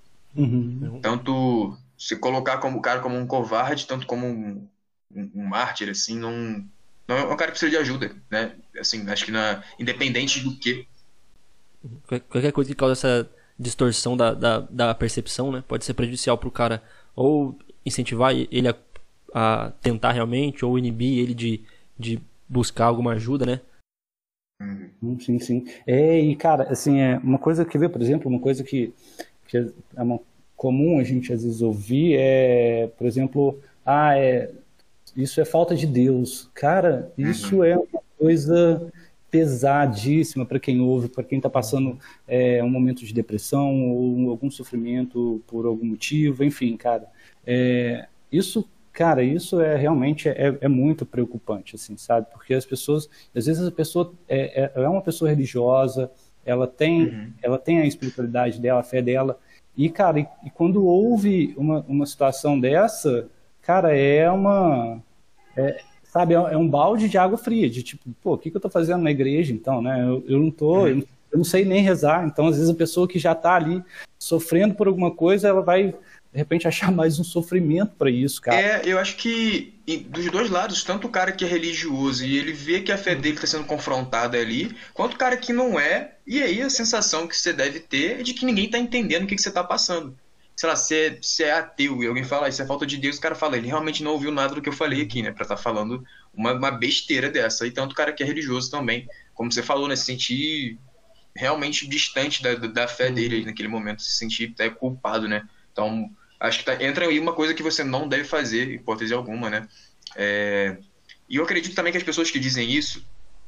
Tanto se colocar o cara como um covarde, tanto como um mártir, assim, não é um cara que precisa de ajuda, né? Assim, acho que independente do que. Qualquer coisa que causa essa distorção da percepção, né? Pode ser prejudicial pro cara, ou incentivar ele a tentar realmente, ou inibir ele de buscar alguma ajuda, né? Sim, sim. E, cara, assim, uma coisa que por exemplo, uma coisa que é comum a gente às vezes ouvir por exemplo, isso é falta de Deus. Cara, isso é uma coisa pesadíssima para quem ouve, para quem está passando um momento de depressão ou algum sofrimento por algum motivo, enfim, cara. Isso realmente é muito preocupante, assim, sabe? Porque às vezes a pessoa é uma pessoa religiosa, ela tem a espiritualidade dela, a fé dela, e, cara, e quando houve uma situação dessa, cara, sabe, é um balde de água fria, de tipo, pô, o que eu tô fazendo na igreja, então, né? Eu não sei nem rezar, então, às vezes a pessoa que já tá ali sofrendo por alguma coisa, ela vai de repente, achar mais um sofrimento para isso, cara. Eu acho que dos dois lados, tanto o cara que é religioso e ele vê que a fé dele está sendo confrontada ali, quanto o cara que não é, e aí a sensação que você deve ter é de que ninguém está entendendo o que você está passando. Sei lá, se é ateu e alguém fala, isso é falta de Deus, o cara fala, ele realmente não ouviu nada do que eu falei aqui, né? Pra estar falando uma besteira dessa. E tanto o cara que é religioso também, como você falou, né? Se sentir realmente distante da fé dele aí naquele momento, se sentir até culpado, né? Então, acho que entra aí uma coisa que você não deve fazer, hipótese alguma, né? E eu acredito também que as pessoas que dizem isso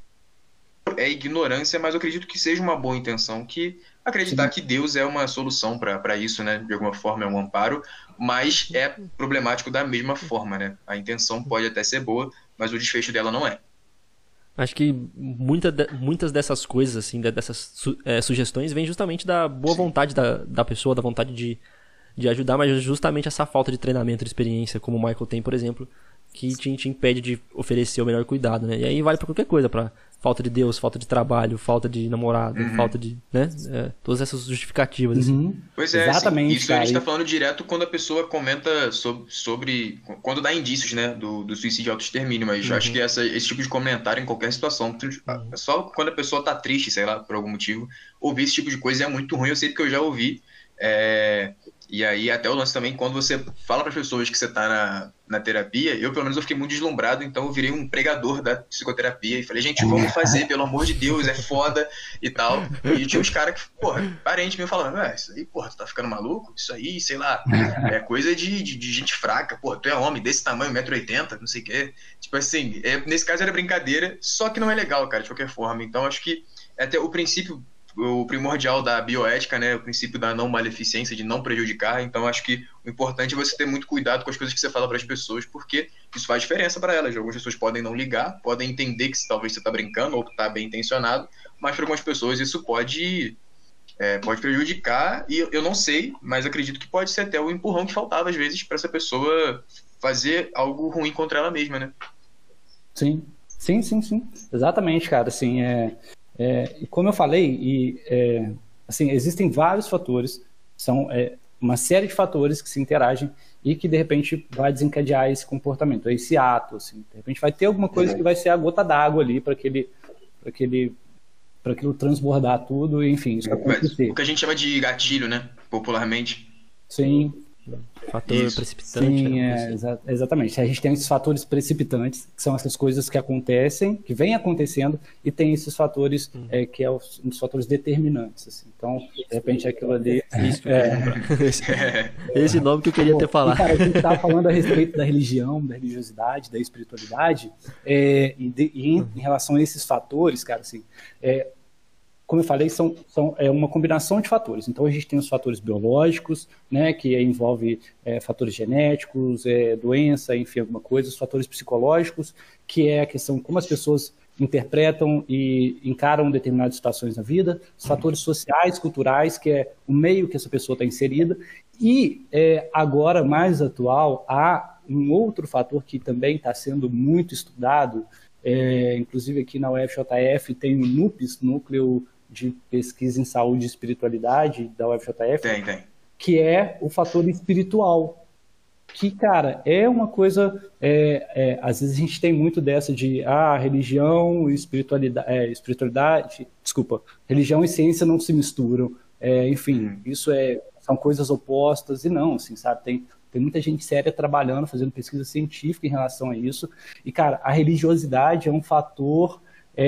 é ignorância, mas eu acredito que seja uma boa intenção, que acreditar que Deus é uma solução para isso, né? De alguma forma é um amparo, mas é problemático da mesma forma, né? A intenção pode até ser boa, mas o desfecho dela não é. Acho que muitas dessas coisas, assim, dessas sugestões, vêm justamente da boa vontade da pessoa, da vontade de ajudar, mas justamente essa falta de treinamento, de experiência, como o Michael tem, por exemplo, que te impede de oferecer o melhor cuidado, né? E aí vale pra qualquer coisa, pra falta de Deus, falta de trabalho, falta de namorado, falta de, né? Todas essas justificativas, assim. Pois é, exatamente, isso cara. A gente tá falando direto quando a pessoa comenta sobre quando dá indícios, né, do suicídio e autoextermínio, mas eu acho que esse tipo de comentário em qualquer situação, só quando a pessoa tá triste, sei lá, por algum motivo, ouvir esse tipo de coisa é muito ruim, eu sei porque eu já ouvi. E aí até o lance também, quando você fala para as pessoas que você tá na terapia, eu pelo menos eu fiquei muito deslumbrado, então eu virei um pregador da psicoterapia e falei, gente, vamos fazer, pelo amor de Deus, é foda e tal. E tinha uns caras que, porra, parente meu falando, isso aí, porra, tu tá ficando maluco? Isso aí, sei lá, é coisa de gente fraca, porra, tu é homem desse tamanho, 1,80 m, não sei o quê. Tipo assim, nesse caso era brincadeira, só que não é legal, cara, de qualquer forma. Então acho que até o princípio, o primordial da bioética, né, o princípio da não maleficência, de não prejudicar. Então acho que o importante é você ter muito cuidado com as coisas que você fala para as pessoas, porque isso faz diferença para elas. Algumas pessoas podem não ligar, podem entender que talvez você está brincando ou que está bem intencionado, mas para algumas pessoas isso pode prejudicar, e eu não sei, mas acredito que pode ser até o empurrão que faltava às vezes para essa pessoa fazer algo ruim contra ela mesma, né? Sim, exatamente, cara, assim, e como eu falei, assim, existem vários fatores, são uma série de fatores que se interagem e que de repente vai desencadear esse comportamento, esse ato, assim, de repente vai ter alguma coisa que vai ser a gota d'água ali para aquilo transbordar tudo, e, enfim, isso acontecer. O que a gente chama de gatilho, né, popularmente. Sim. Fator precipitante. Sim, exatamente. A gente tem esses fatores precipitantes, que são essas coisas que acontecem, que vêm acontecendo, e tem esses fatores que é um dos fatores determinantes. Assim. Então, de repente, aquilo ali... Esse nome que eu queria ter falado. Cara, a gente estava falando a respeito da religião, da religiosidade, da espiritualidade, em relação a esses fatores, cara, assim... como eu falei, são uma combinação de fatores. Então, a gente tem os fatores biológicos, né, que envolve fatores genéticos, doença, enfim, alguma coisa. Os fatores psicológicos, que é a questão como as pessoas interpretam e encaram determinadas situações na vida. Os fatores sociais, culturais, que é o meio que essa pessoa está inserida. E, agora, mais atual, há um outro fator que também está sendo muito estudado, inclusive aqui na UFJF tem o NUPES, Núcleo de Pesquisa em Saúde e Espiritualidade da UFJF, tem. Que é o fator espiritual, que, cara, é uma coisa, às vezes a gente tem muito dessa de, religião e religião e ciência não se misturam, enfim, isso são coisas opostas, e não, assim, sabe, tem muita gente séria trabalhando, fazendo pesquisa científica em relação a isso, e, cara, a religiosidade é um fator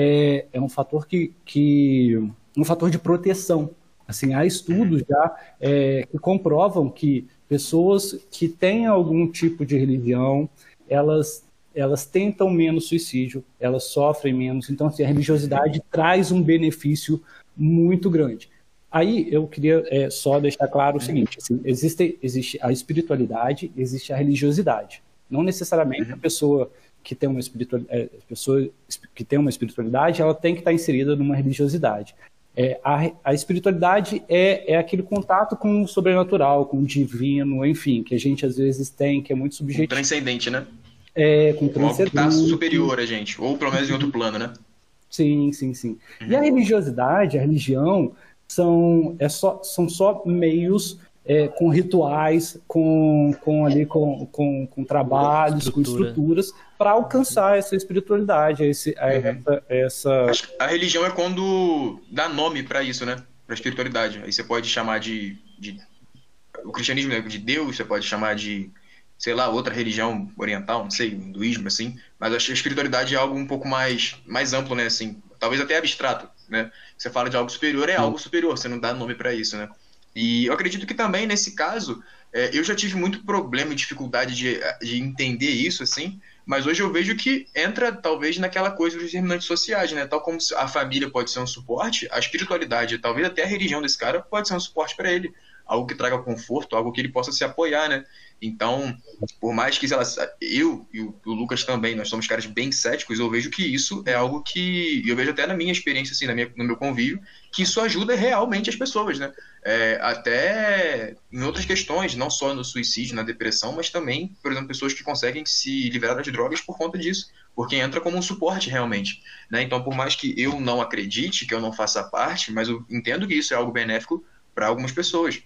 um fator de proteção. Assim, há estudos já que comprovam que pessoas que têm algum tipo de religião, elas tentam menos suicídio, elas sofrem menos. Então, assim, a religiosidade traz um benefício muito grande. Aí eu queria só deixar claro o seguinte, assim, existe a espiritualidade, existe a religiosidade. Não necessariamente a pessoa que tem uma espiritualidade, ela tem que estar inserida numa religiosidade. A espiritualidade é aquele contato com o sobrenatural, com o divino, enfim, que a gente às vezes tem, que é muito subjetivo. Transcendente, né? Com transcendente. Algo que está superior a gente, ou pelo menos em outro plano, né? Sim. E a religiosidade, a religião, são só meios com rituais, com trabalhos, com estruturas, para alcançar essa espiritualidade, essa... A religião é quando dá nome para isso, né? Para espiritualidade. Aí você pode chamar de o cristianismo, né, de Deus, você pode chamar de, sei lá, outra religião oriental, não sei, hinduísmo, assim. Mas acho que a espiritualidade é algo um pouco mais amplo, né? Assim, talvez até abstrato, né? Você fala de algo superior, é algo superior, você não dá nome para isso, né? E eu acredito que também, nesse caso, eu já tive muito problema e dificuldade de entender isso, assim, mas hoje eu vejo que entra, talvez, naquela coisa dos determinantes sociais, né? Tal como a família pode ser um suporte, a espiritualidade, talvez até a religião desse cara, pode ser um suporte para ele. Algo que traga conforto, algo que ele possa se apoiar, né? Então, por mais que, sei lá, eu e o Lucas também, nós somos caras bem céticos, eu vejo que isso é algo que, eu vejo até na minha experiência, assim, no meu convívio, que isso ajuda realmente as pessoas, né? Até em outras questões, não só no suicídio, na depressão, mas também, por exemplo, pessoas que conseguem se liberar das drogas por conta disso, porque entra como um suporte realmente, né? Então, por mais que eu não acredite, que eu não faça parte, mas eu entendo que isso é algo benéfico para algumas pessoas.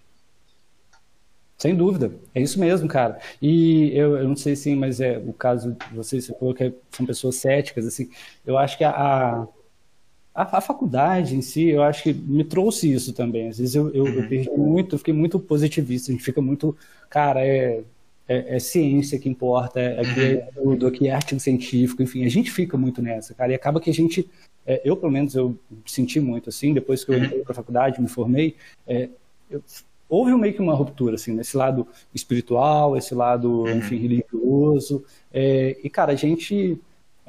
Sem dúvida, é isso mesmo, cara. E eu não sei sim, mas o caso de vocês, você falou que são pessoas céticas, assim, eu acho que a faculdade em si, eu acho que me trouxe isso também. Às vezes eu perdi muito, eu fiquei muito positivista, a gente fica muito, cara, é ciência que importa, aqui é artigo científico, enfim, a gente fica muito nessa, cara, e acaba que a gente, eu pelo menos, eu senti muito, assim, depois que eu entrei para a faculdade, me formei, houve meio que uma ruptura, assim, nesse lado espiritual, esse lado, enfim, religioso, e, cara, a gente,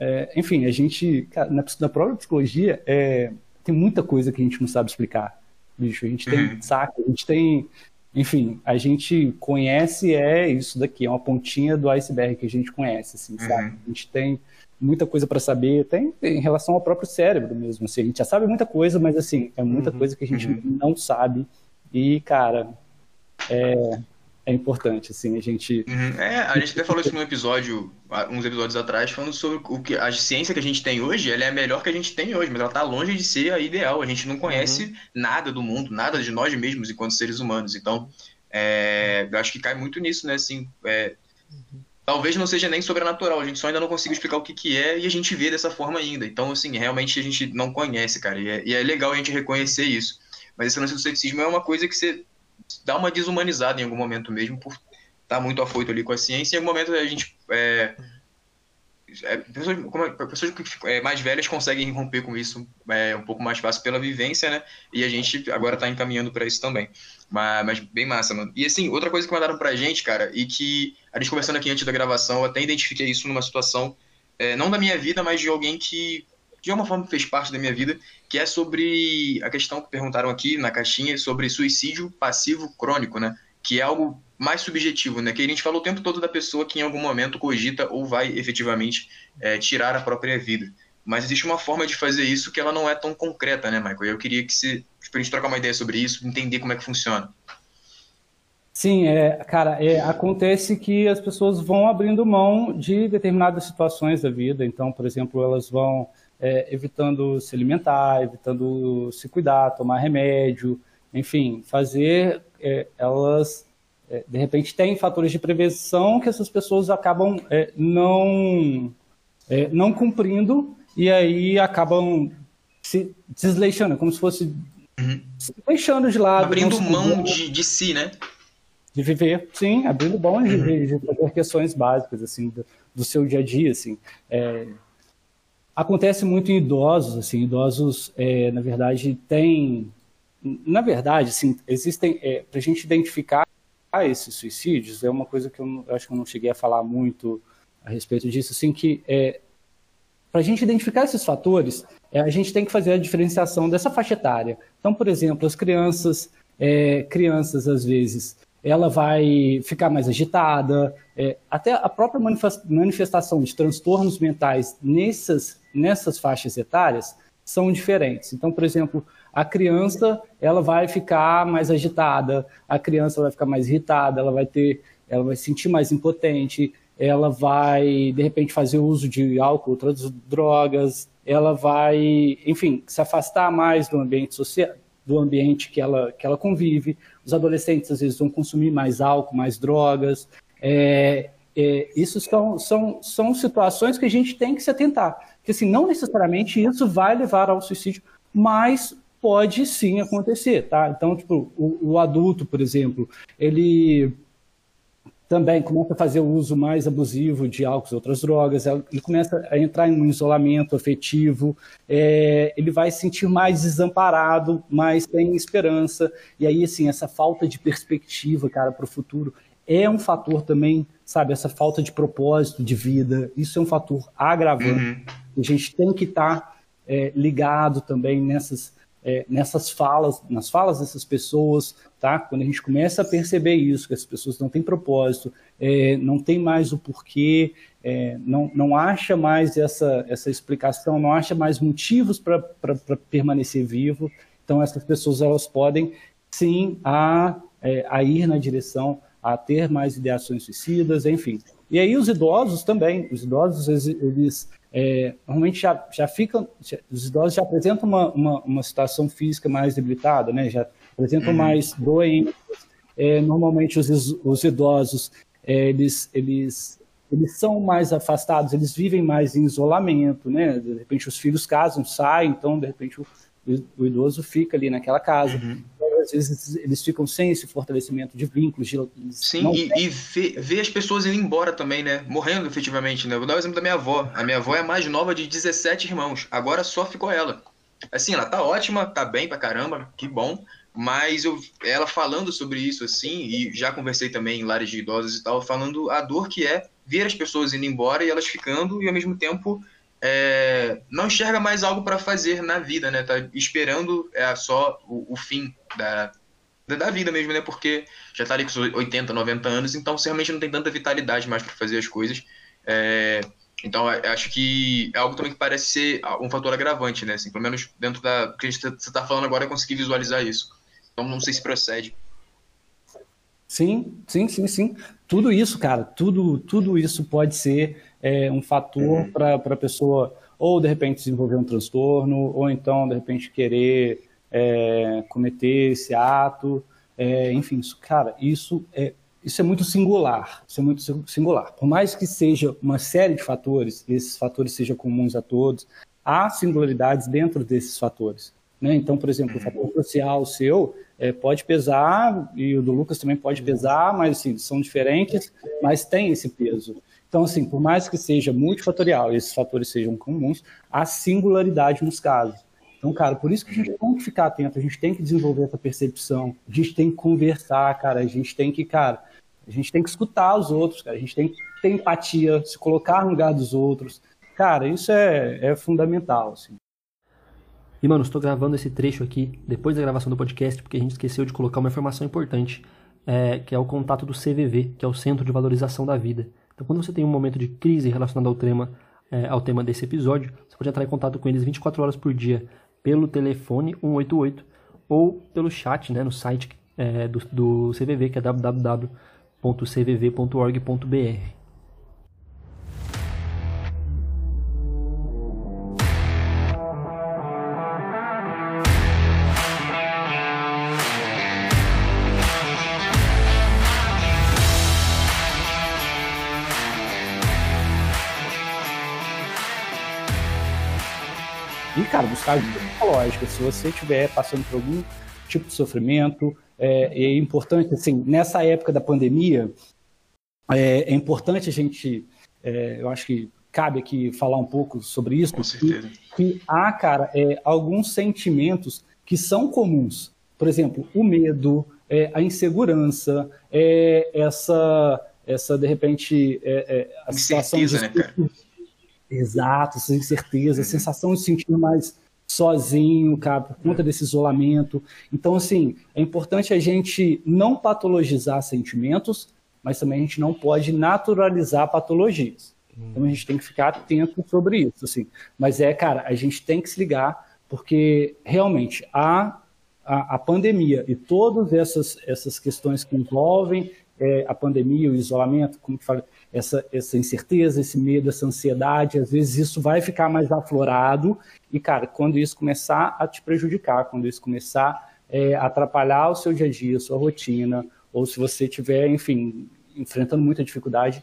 cara, na própria psicologia, tem muita coisa que a gente não sabe explicar, bicho, a gente tem saco, a gente tem, enfim, a gente conhece, isso daqui, é uma pontinha do iceberg que a gente conhece, assim, sabe? A gente tem muita coisa para saber, tem em relação ao próprio cérebro mesmo, assim, a gente já sabe muita coisa, mas, assim, é muita coisa que a gente não sabe. E, cara, é importante, assim, a gente... a gente até falou isso num episódio, uns episódios atrás, falando sobre o que a ciência que a gente tem hoje, ela é a melhor que a gente tem hoje, mas ela tá longe de ser a ideal. A gente não conhece nada do mundo, nada de nós mesmos enquanto seres humanos. Então, eu acho que cai muito nisso, né, assim, talvez não seja nem sobrenatural, a gente só ainda não consegue explicar o que é e a gente vê dessa forma ainda. Então, assim, realmente a gente não conhece, cara, e é legal a gente reconhecer isso. Mas esse lance do ceticismo é uma coisa que você dá uma desumanizada em algum momento mesmo, por estar muito afoito ali com a ciência. Em algum momento a gente... pessoas mais velhas conseguem romper com isso um pouco mais fácil pela vivência, né? E a gente agora está encaminhando para isso também. Mas bem massa, mano. E assim, outra coisa que mandaram pra gente, cara, e que a gente conversando aqui antes da gravação, eu até identifiquei isso numa situação, não da minha vida, mas de alguém que de alguma forma fez parte da minha vida, que é sobre a questão que perguntaram aqui na caixinha, sobre suicídio passivo crônico, né? Que é algo mais subjetivo, né? Que a gente falou o tempo todo da pessoa que em algum momento cogita ou vai efetivamente tirar a própria vida. Mas existe uma forma de fazer isso que ela não é tão concreta, né, Michael? Eu queria que pra gente trocar uma ideia sobre isso, entender como é que funciona. Sim, cara, acontece que as pessoas vão abrindo mão de determinadas situações da vida. Então, por exemplo, elas vão evitando se alimentar, evitando se cuidar, tomar remédio, enfim, fazer, elas, de repente, têm fatores de prevenção que essas pessoas acabam não cumprindo e aí acabam se desleixando, como se fosse se deixando de lado. Abrindo mão de si, né? De viver, sim, abrindo mão de fazer questões básicas, assim, do seu dia a dia, assim. Acontece muito em idosos, assim, na verdade, assim, existem, para a gente identificar esses suicídios, é uma coisa que eu acho que eu não cheguei a falar muito a respeito disso, assim, que para a gente identificar esses fatores, a gente tem que fazer a diferenciação dessa faixa etária. Então, por exemplo, as crianças, às vezes, ela vai ficar mais agitada, até a própria manifestação de transtornos mentais nessas faixas etárias são diferentes. Então, por exemplo, a criança ela vai ficar mais agitada, a criança vai ficar mais irritada, ela vai se sentir mais impotente, ela vai, de repente, fazer uso de álcool, outras drogas, ela vai, enfim, se afastar mais do ambiente do ambiente que ela convive. Os adolescentes, às vezes, vão consumir mais álcool, mais drogas. Isso são situações que a gente tem que se atentar. Porque, assim, não necessariamente isso vai levar ao suicídio, mas pode sim acontecer, tá? Então, tipo, o adulto, por exemplo, ele também começa a fazer o uso mais abusivo de álcool e outras drogas, ele começa a entrar em um isolamento afetivo, ele vai se sentir mais desamparado, mais sem esperança, e aí, assim, essa falta de perspectiva, cara, para o futuro é um fator também, sabe, essa falta de propósito de vida, isso é um fator agravante. A gente tem que estar ligado também nas falas dessas pessoas, tá? Quando a gente começa a perceber isso, que as pessoas não têm propósito, não tem mais o porquê, não acha mais essa explicação, não acha mais motivos para permanecer vivo, então essas pessoas elas podem sim a ir na direção a ter mais ideações suicidas, enfim. E aí os idosos também, eles normalmente já ficam, os idosos já apresentam uma situação física mais debilitada, né? Já apresentam mais doenças. Normalmente os idosos, eles são mais afastados, eles vivem mais em isolamento, né? De repente os filhos casam, saem, então de repente o idoso fica ali naquela casa. Às vezes eles ficam sem esse fortalecimento de vínculos. Sim, e ver as pessoas indo embora também, né? Morrendo efetivamente, né? Vou dar o exemplo da minha avó. A minha avó é a mais nova de 17 irmãos. Agora só ficou ela. Assim, ela tá ótima, tá bem pra caramba, que bom. Mas ela falando sobre isso, assim, e já conversei também em lares de idosos e tal, falando a dor que é ver as pessoas indo embora e elas ficando, e ao mesmo tempo não enxerga mais algo para fazer na vida, né? Tá esperando só o fim da vida mesmo, né? Porque já tá ali com seus 80, 90 anos, então você realmente não tem tanta vitalidade mais para fazer as coisas. Então, acho que é algo também que parece ser um fator agravante, né? Assim, pelo menos dentro do que você está falando agora, eu consegui visualizar isso. Então, não sei se procede. Sim. Tudo isso, cara, tudo isso pode ser um fator para a pessoa, ou de repente desenvolver um transtorno, ou então de repente querer cometer esse ato. Enfim, isso é muito singular. Por mais que seja uma série de fatores, esses fatores sejam comuns a todos, há singularidades dentro desses fatores, né? Então, por exemplo, o fator social seu pode pesar, e o do Lucas também pode pesar, mas assim, são diferentes, mas tem esse peso. Então, assim, por mais que seja multifatorial e esses fatores sejam comuns, há singularidade nos casos. Então, cara, por isso que a gente tem que ficar atento, a gente tem que desenvolver essa percepção, a gente tem que conversar, cara, a gente tem que escutar os outros, cara, a gente tem que ter empatia, se colocar no lugar dos outros. Cara, isso é fundamental, assim. E, mano, estou gravando esse trecho aqui depois da gravação do podcast porque a gente esqueceu de colocar uma informação importante, que é o contato do CVV, que é o Centro de Valorização da Vida. Então, quando você tem um momento de crise relacionado ao tema desse episódio, você pode entrar em contato com eles 24 horas por dia pelo telefone 188 ou pelo chat, né, no site do CVV, que é www.cvv.org.br. E, cara, buscar ajuda psicológica. Se você estiver passando por algum tipo de sofrimento, é importante, assim, nessa época da pandemia, é importante a gente, eu acho que cabe aqui falar um pouco sobre isso, com certeza. Que há, cara, alguns sentimentos que são comuns. Por exemplo, o medo, a insegurança, essa de repente, a situação de... né, cara? Exato, essa incerteza, a sensação de se sentir mais sozinho, cara, por conta desse isolamento. Então, assim, é importante a gente não patologizar sentimentos, mas também a gente não pode naturalizar patologias. Então, a gente tem que ficar atento sobre isso, assim. Mas cara, a gente tem que se ligar, porque realmente a pandemia e todas essas questões que envolvem a pandemia, o isolamento, como que fala, essa incerteza, esse medo, essa ansiedade, às vezes isso vai ficar mais aflorado e, cara, quando isso começar a te prejudicar, quando isso começar atrapalhar o seu dia a dia, a sua rotina, ou se você estiver, enfim, enfrentando muita dificuldade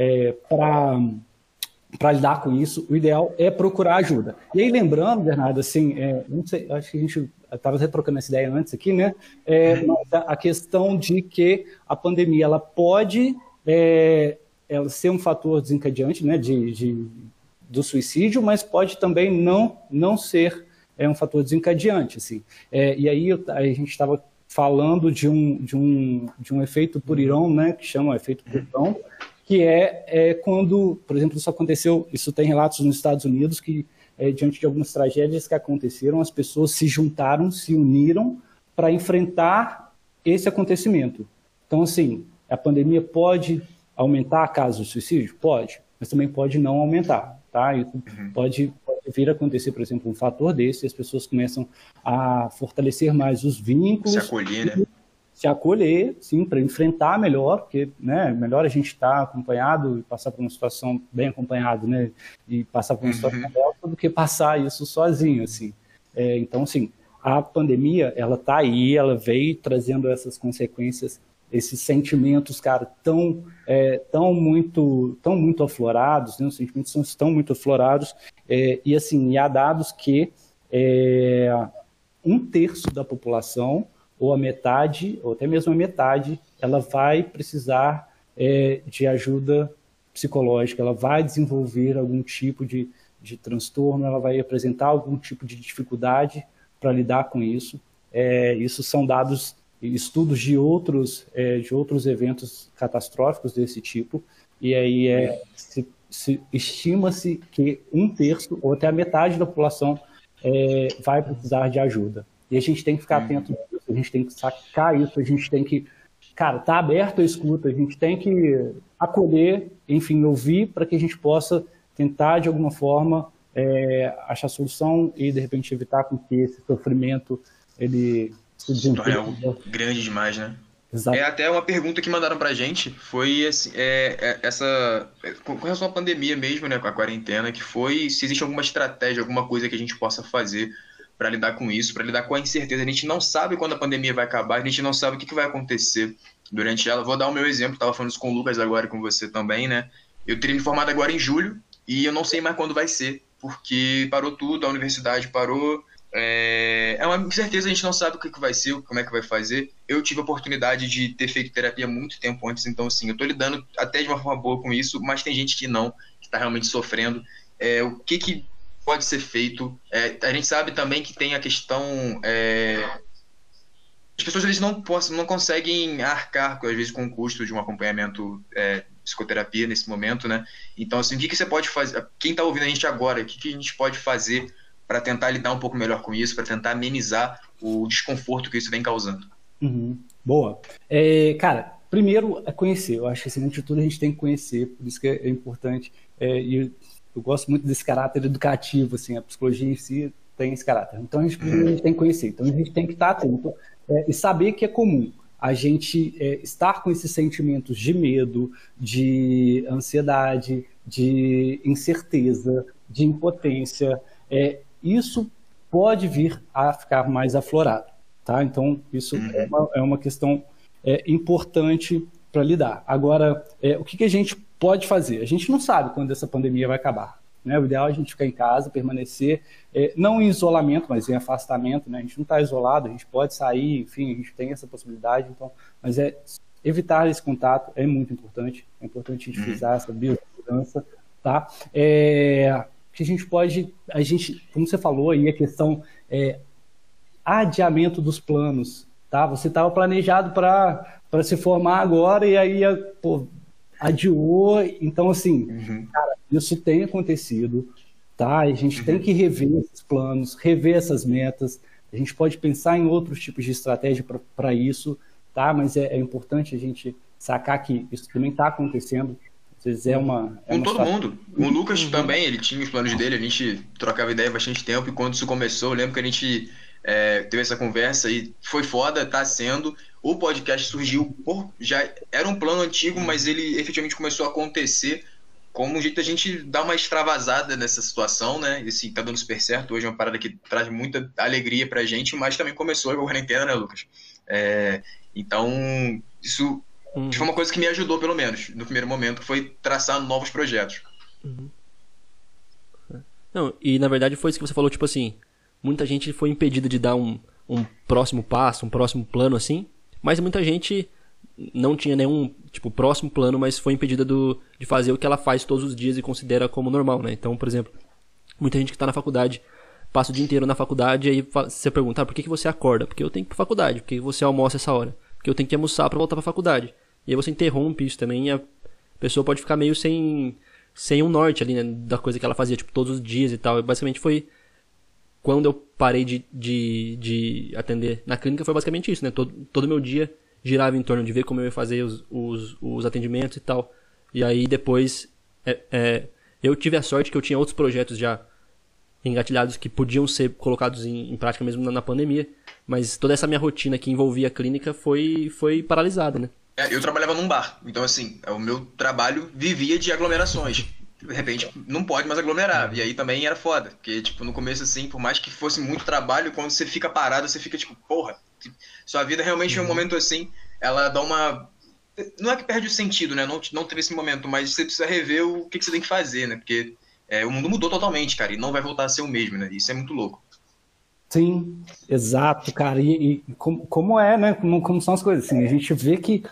para lidar com isso, o ideal é procurar ajuda. E aí, lembrando, Bernardo, assim, não sei, acho que a gente estava até trocando essa ideia antes aqui, né? A questão de que a pandemia ela pode ela ser um fator desencadeante, né, do suicídio, mas pode também não ser um fator desencadeante, assim. E aí a gente estava falando de um efeito Purirão, né, que chama efeito Purirão, que quando, por exemplo, isso tem relatos nos Estados Unidos que, diante de algumas tragédias que aconteceram, as pessoas se juntaram, se uniram para enfrentar esse acontecimento. Então, assim, a pandemia pode aumentar casos de suicídio? Pode, mas também pode não aumentar, tá? Isso pode vir a acontecer, por exemplo, um fator desse, as pessoas começam a fortalecer mais os vínculos. Se acolher, né? Se acolher, sim, para enfrentar melhor, porque, né, melhor a gente estar acompanhado e passar por uma situação bem acompanhado, né, e passar por uma situação melhor do que passar isso sozinho, assim. Então, assim, a pandemia, ela tá aí, ela veio trazendo essas consequências, esses sentimentos, cara, tão muito aflorados, né, os sentimentos estão muito aflorados, e assim, há dados que 1/3 da população, ou a metade, ou até mesmo a metade, ela vai precisar de ajuda psicológica, ela vai desenvolver algum tipo de transtorno, ela vai apresentar algum tipo de dificuldade para lidar com isso. Isso são dados, estudos de outros eventos catastróficos desse tipo, e aí estima-se que 1/3 ou até a metade da população vai precisar de ajuda. E a gente tem que ficar atento nisso, a gente tem que sacar isso, a gente tem que, cara, estar aberto à escuta, a gente tem que acolher, enfim, ouvir para que a gente possa tentar, de alguma forma, achar solução e, de repente, evitar com que esse sofrimento ele se torne algo grande demais, né? Exato. Até uma pergunta que mandaram pra gente foi assim, com relação à pandemia mesmo, né, com a quarentena, que foi se existe alguma estratégia, alguma coisa que a gente possa fazer para lidar com isso, para lidar com a incerteza. A gente não sabe quando a pandemia vai acabar, a gente não sabe o que vai acontecer durante ela. Vou dar o meu exemplo, estava falando isso com o Lucas agora, com você também, né? Eu teria me formado agora em julho e eu não sei mais quando vai ser, porque parou tudo, a universidade parou. É uma incerteza, a gente não sabe o que vai ser, como é que vai fazer. Eu tive a oportunidade de ter feito terapia muito tempo antes, então, assim, eu tô lidando até de uma forma boa com isso, mas tem gente que não, que está realmente sofrendo. O que pode ser feito? A gente sabe também que tem a questão... as pessoas, eles não conseguem arcar, às vezes, com o custo de um acompanhamento psicoterapia nesse momento, né? Então, assim, o que você pode fazer? Quem está ouvindo a gente agora, o que a gente pode fazer para tentar lidar um pouco melhor com isso, para tentar amenizar o desconforto que isso vem causando? Boa. Cara, primeiro é conhecer. Eu acho que, acima de tudo, a gente tem que conhecer, por isso que é importante. E eu gosto muito desse caráter educativo, assim, a psicologia em si tem esse caráter. Então, a gente tem que conhecer. Então, a gente tem que estar atento e saber que é comum a gente estar com esses sentimentos de medo, de ansiedade, de incerteza, de impotência. Isso pode vir a ficar mais aflorado, tá? Então, isso é uma questão importante para lidar. Agora, o que a gente pode fazer? A gente não sabe quando essa pandemia vai acabar, né? O ideal é a gente ficar em casa, permanecer, não em isolamento, mas em afastamento, né? A gente não está isolado, a gente pode sair, enfim, a gente tem essa possibilidade, então, mas evitar esse contato é muito importante, é importante a gente frisar essa biossegurança, tá? Que a gente pode, como você falou aí, a questão adiamento dos planos, tá? Você estava planejado para se formar agora e aí, adiou. Então, assim, cara, isso tem acontecido, tá? A gente tem que rever esses planos, rever essas metas. A gente pode pensar em outros tipos de estratégia para isso, tá? Mas é importante a gente sacar que isso também está acontecendo. Às vezes com todo mundo. O Lucas também, ele tinha os planos dele, a gente trocava ideia há bastante tempo, e quando isso começou, eu lembro que a gente teve essa conversa e foi foda, tá sendo. O podcast surgiu, já era um plano antigo, mas ele efetivamente começou a acontecer como um jeito da gente dar uma extravasada nessa situação, né? E assim, tá dando super certo. Hoje é uma parada que traz muita alegria pra gente, mas também começou a quarentena, né, Lucas? Então, isso foi uma coisa que me ajudou, pelo menos, no primeiro momento, que foi traçar novos projetos. Não, e na verdade foi isso que você falou, tipo assim, muita gente foi impedida de dar um próximo passo, um próximo plano, assim, mas muita gente não tinha nenhum, tipo, próximo plano, mas foi impedida de fazer o que ela faz todos os dias e considera como normal, né? Então, por exemplo, muita gente que tá na faculdade, passa o dia inteiro na faculdade, e aí você pergunta, por que você acorda? Porque eu tenho que ir pra faculdade. Por que você almoça essa hora? Porque eu tenho que almoçar pra voltar pra faculdade. E aí você interrompe isso também, e a pessoa pode ficar meio sem um norte ali, né, da coisa que ela fazia, tipo, todos os dias e tal. E basicamente foi quando eu parei de atender na clínica, foi basicamente isso, né? Todo meu dia girava em torno de ver como eu ia fazer os atendimentos e tal. E aí depois eu tive a sorte que eu tinha outros projetos já engatilhados que podiam ser colocados em prática mesmo na pandemia, mas toda essa minha rotina que envolvia a clínica foi paralisada, né? Eu trabalhava num bar, então assim, o meu trabalho vivia de aglomerações. De repente, não pode mais aglomerar, e aí também era foda, porque tipo, no começo assim, por mais que fosse muito trabalho, quando você fica parado, você fica tipo, porra, sua vida realmente é um momento assim, ela dá uma... Não é que perde o sentido, né, não teve esse momento, mas você precisa rever o que você tem que fazer, né, porque o mundo mudou totalmente, cara, e não vai voltar a ser o mesmo, né, isso é muito louco. Sim, exato, cara, e como é, né, como são as coisas, assim, a gente vê que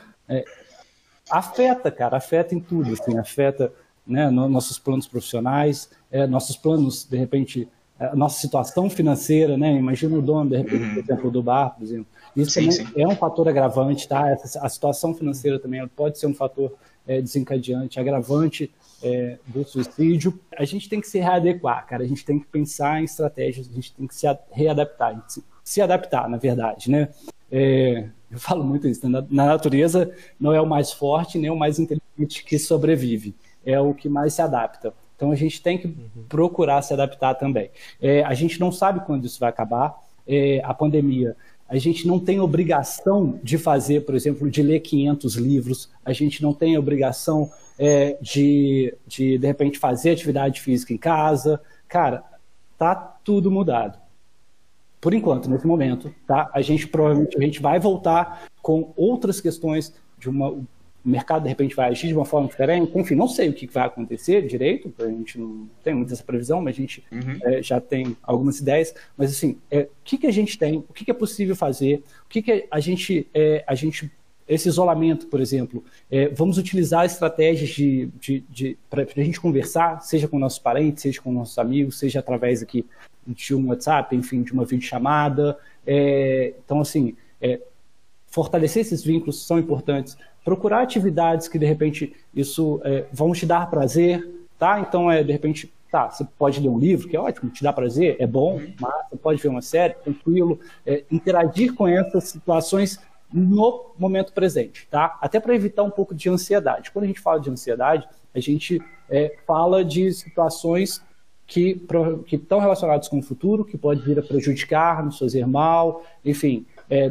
afeta, cara, afeta em tudo, assim, afeta, né, nossos planos profissionais, nossos planos, de repente, nossa situação financeira, né, imagina o dono, de repente, por exemplo, do bar, por exemplo, isso também é um fator agravante, tá, a situação financeira também pode ser um fator desencadeante, agravante do suicídio. A gente tem que se readequar, cara, a gente tem que pensar em estratégias, a gente tem que se readaptar, se adaptar, na verdade, né. Eu falo muito isso, na natureza não é o mais forte nem o mais inteligente que sobrevive, é o que mais se adapta. Então a gente tem que procurar se adaptar também. A gente não sabe quando isso vai acabar, a pandemia, a gente não tem obrigação de fazer, por exemplo, de ler 500 livros, a gente não tem obrigação de repente fazer atividade física em casa. Cara, tá tudo mudado. Por enquanto, nesse momento, tá? Provavelmente a gente vai voltar com outras questões o mercado de repente vai agir de uma forma diferente, enfim, não sei o que vai acontecer direito, a gente não tem muita essa previsão, mas a gente já tem algumas ideias, mas assim, o que a gente tem, o que é possível fazer, o que a gente, esse isolamento, por exemplo, vamos utilizar estratégias para a gente conversar, seja com nossos parentes, seja com nossos amigos, seja através aqui de um WhatsApp, enfim, de uma videochamada. Então, assim, fortalecer esses vínculos são importantes. Procurar atividades que, de repente, isso vão te dar prazer, tá? Então, de repente, você pode ler um livro, que é ótimo, te dá prazer, é bom, mas você pode ver uma série, tranquilo, interagir com essas situações no momento presente, tá? Até para evitar um pouco de ansiedade. Quando a gente fala de ansiedade, a gente fala de situações que estão relacionadas com o futuro, que pode vir a prejudicar, nos fazer mal, enfim,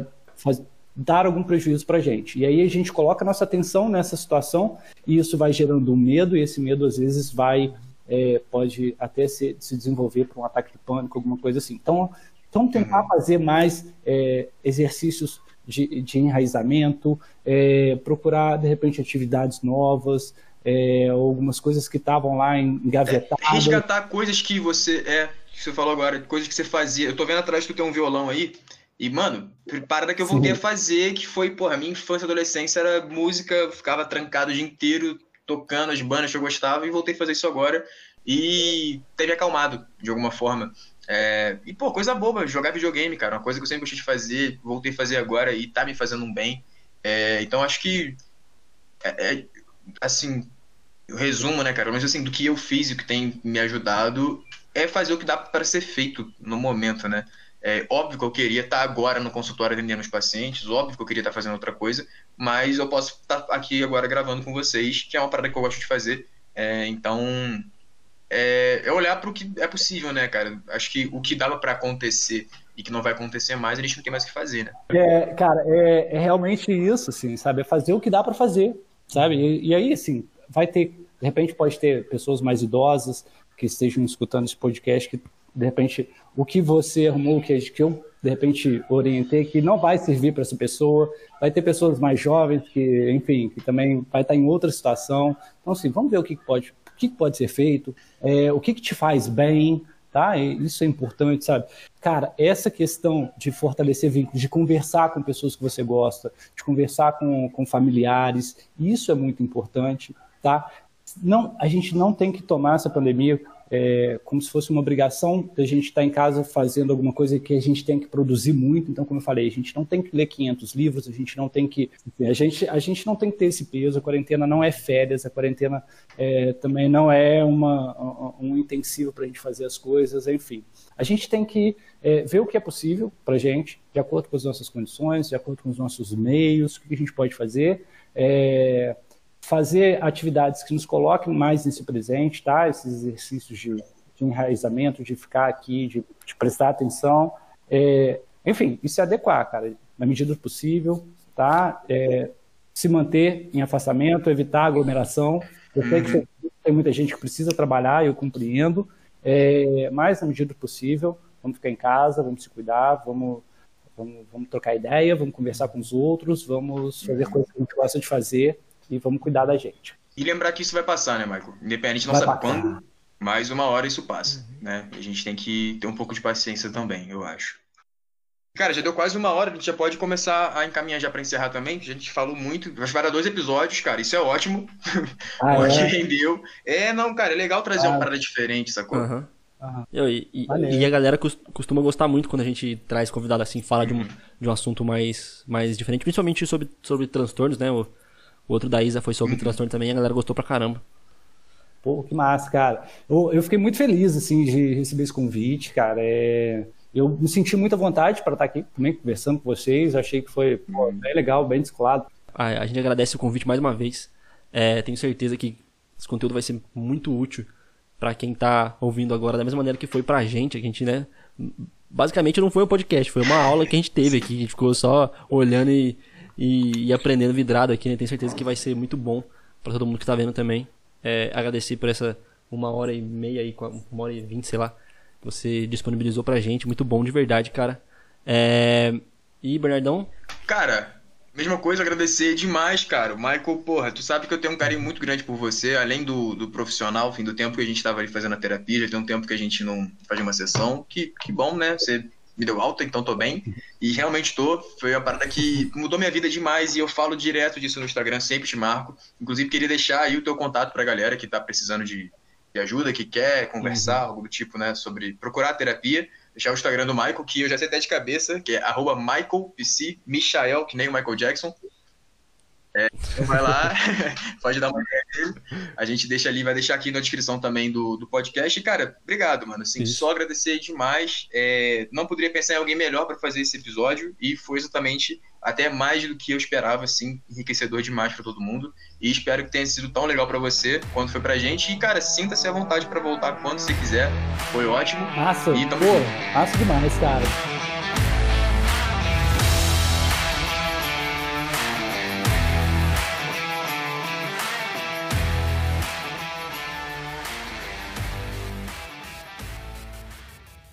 dar algum prejuízo para a gente. E aí a gente coloca a nossa atenção nessa situação e isso vai gerando um medo, e esse medo às vezes pode até se desenvolver para um ataque de pânico, alguma coisa assim. Então tentar fazer mais exercícios de enraizamento, procurar, de repente, atividades novas, algumas coisas que estavam lá engavetadas. Resgatar coisas que você falou agora, coisas que você fazia. Eu tô vendo atrás que tu tem um violão aí, e, mano, parada que eu voltei a fazer, que foi, porra, minha infância e adolescência era música, ficava trancado o dia inteiro, tocando as bandas que eu gostava, e voltei a fazer isso agora, e teve acalmado, de alguma forma. E, pô, coisa boba, jogar videogame, cara, uma coisa que eu sempre gostei de fazer, voltei a fazer agora, e tá me fazendo um bem. Então, acho que, assim, o resumo, né, cara, mas assim, do que eu fiz e o que tem me ajudado é fazer o que dá para ser feito no momento, né. Óbvio que eu queria estar agora no consultório atendendo os pacientes, óbvio que eu queria estar fazendo outra coisa, mas eu posso estar aqui agora gravando com vocês, que é uma parada que eu gosto de fazer. Então, olhar para o que é possível, né, cara? Acho que o que dava para acontecer e que não vai acontecer mais, a gente não tem mais o que fazer, né? Cara, é realmente isso, assim, sabe? É fazer o que dá para fazer, sabe? E aí, assim, vai ter De repente pode ter pessoas mais idosas que estejam escutando esse podcast, que de repente o que você arrumou, que eu de repente orientei, que não vai servir para essa pessoa. Vai ter pessoas mais jovens que, enfim, que também vai estar em outra situação. Então, assim, vamos ver o que pode ser feito, o que te faz bem, tá? Isso é importante, sabe? Cara, essa questão de fortalecer vínculos, de conversar com pessoas que você gosta, de conversar com familiares, isso é muito importante, tá? Não, a gente não tem que tomar essa pandemia como se fosse uma obrigação da gente estar em casa fazendo alguma coisa que a gente tem que produzir muito. Então, como eu falei, a gente não tem que ler 500 livros, a gente não tem que... Enfim, a gente não tem que ter esse peso, a quarentena não é férias, a quarentena também não é um intensivo para a gente fazer as coisas, enfim. A gente tem que ver o que é possível para a gente, de acordo com as nossas condições, de acordo com os nossos meios, o que a gente pode fazer, fazer atividades que nos coloquem mais nesse presente, tá? Esses exercícios de enraizamento, de ficar aqui, de prestar atenção, enfim, e se adequar, cara, na medida do possível, tá? Se manter em afastamento, evitar aglomeração. Eu sei que tem muita gente que precisa trabalhar, eu compreendo, mas na medida do possível, vamos ficar em casa, vamos se cuidar, vamos trocar ideia, vamos conversar com os outros, vamos fazer coisas que a gente gosta de fazer, e vamos cuidar da gente. E lembrar que isso vai passar, né, Michael? Independente, não sabe quando, mas uma hora isso passa, né? A gente tem que ter um pouco de paciência também, eu acho. Cara, já deu quase uma hora, a gente já pode começar a encaminhar já para encerrar também, que a gente falou muito, vai para 2 episódios, cara, isso é ótimo, porque rendeu. Não, cara, é legal trazer uma parada diferente, sacou? Uhum. E a galera costuma gostar muito quando a gente traz convidado assim, fala de um assunto mais diferente, principalmente sobre transtornos, né? O outro da Isa foi sobre transtorno também, e a galera gostou pra caramba. Pô, que massa, cara. Eu fiquei muito feliz, assim, de receber esse convite, cara. Eu me senti muita vontade para estar aqui também conversando com vocês. Achei que foi bem legal, bem descolado. A gente agradece o convite mais uma vez. Tenho certeza que esse conteúdo vai ser muito útil para quem tá ouvindo agora, da mesma maneira que foi pra gente. A gente, né? Basicamente não foi um podcast, foi uma aula que a gente teve aqui. A gente ficou só olhando e aprendendo vidrado aqui, né? Tenho certeza que vai ser muito bom para todo mundo que tá vendo também. Agradecer por essa 1h30 aí, 1h20, sei lá, que você disponibilizou pra gente. Muito bom, de verdade, cara. E, Bernardão? Cara, mesma coisa, agradecer demais, cara. O Michael, porra, tu sabe que eu tenho um carinho muito grande por você, além do profissional, do tempo que a gente tava ali fazendo a terapia, já tem um tempo que a gente não fazia uma sessão. Que bom, né? Você me deu alta, então tô bem. E realmente foi uma parada que mudou minha vida demais e eu falo direto disso no Instagram, sempre te marco. Inclusive, queria deixar aí o teu contato pra galera que tá precisando de ajuda, que quer conversar, algo do tipo, né, sobre procurar terapia. Deixar o Instagram do Michael, que eu já sei até de cabeça, que é @MichaelPC, Michael, que nem o Michael Jackson. Então vai lá, pode dar uma ideia dele. A gente deixa ali, vai deixar aqui na descrição também do podcast. E, cara, obrigado, mano. Assim, só agradecer demais. Não poderia pensar em alguém melhor para fazer esse episódio. E foi exatamente até mais do que eu esperava, assim, enriquecedor demais para todo mundo. E espero que tenha sido tão legal para você quanto foi pra gente. E, cara, sinta-se à vontade para voltar quando você quiser. Foi ótimo. Massa, e massa demais, cara.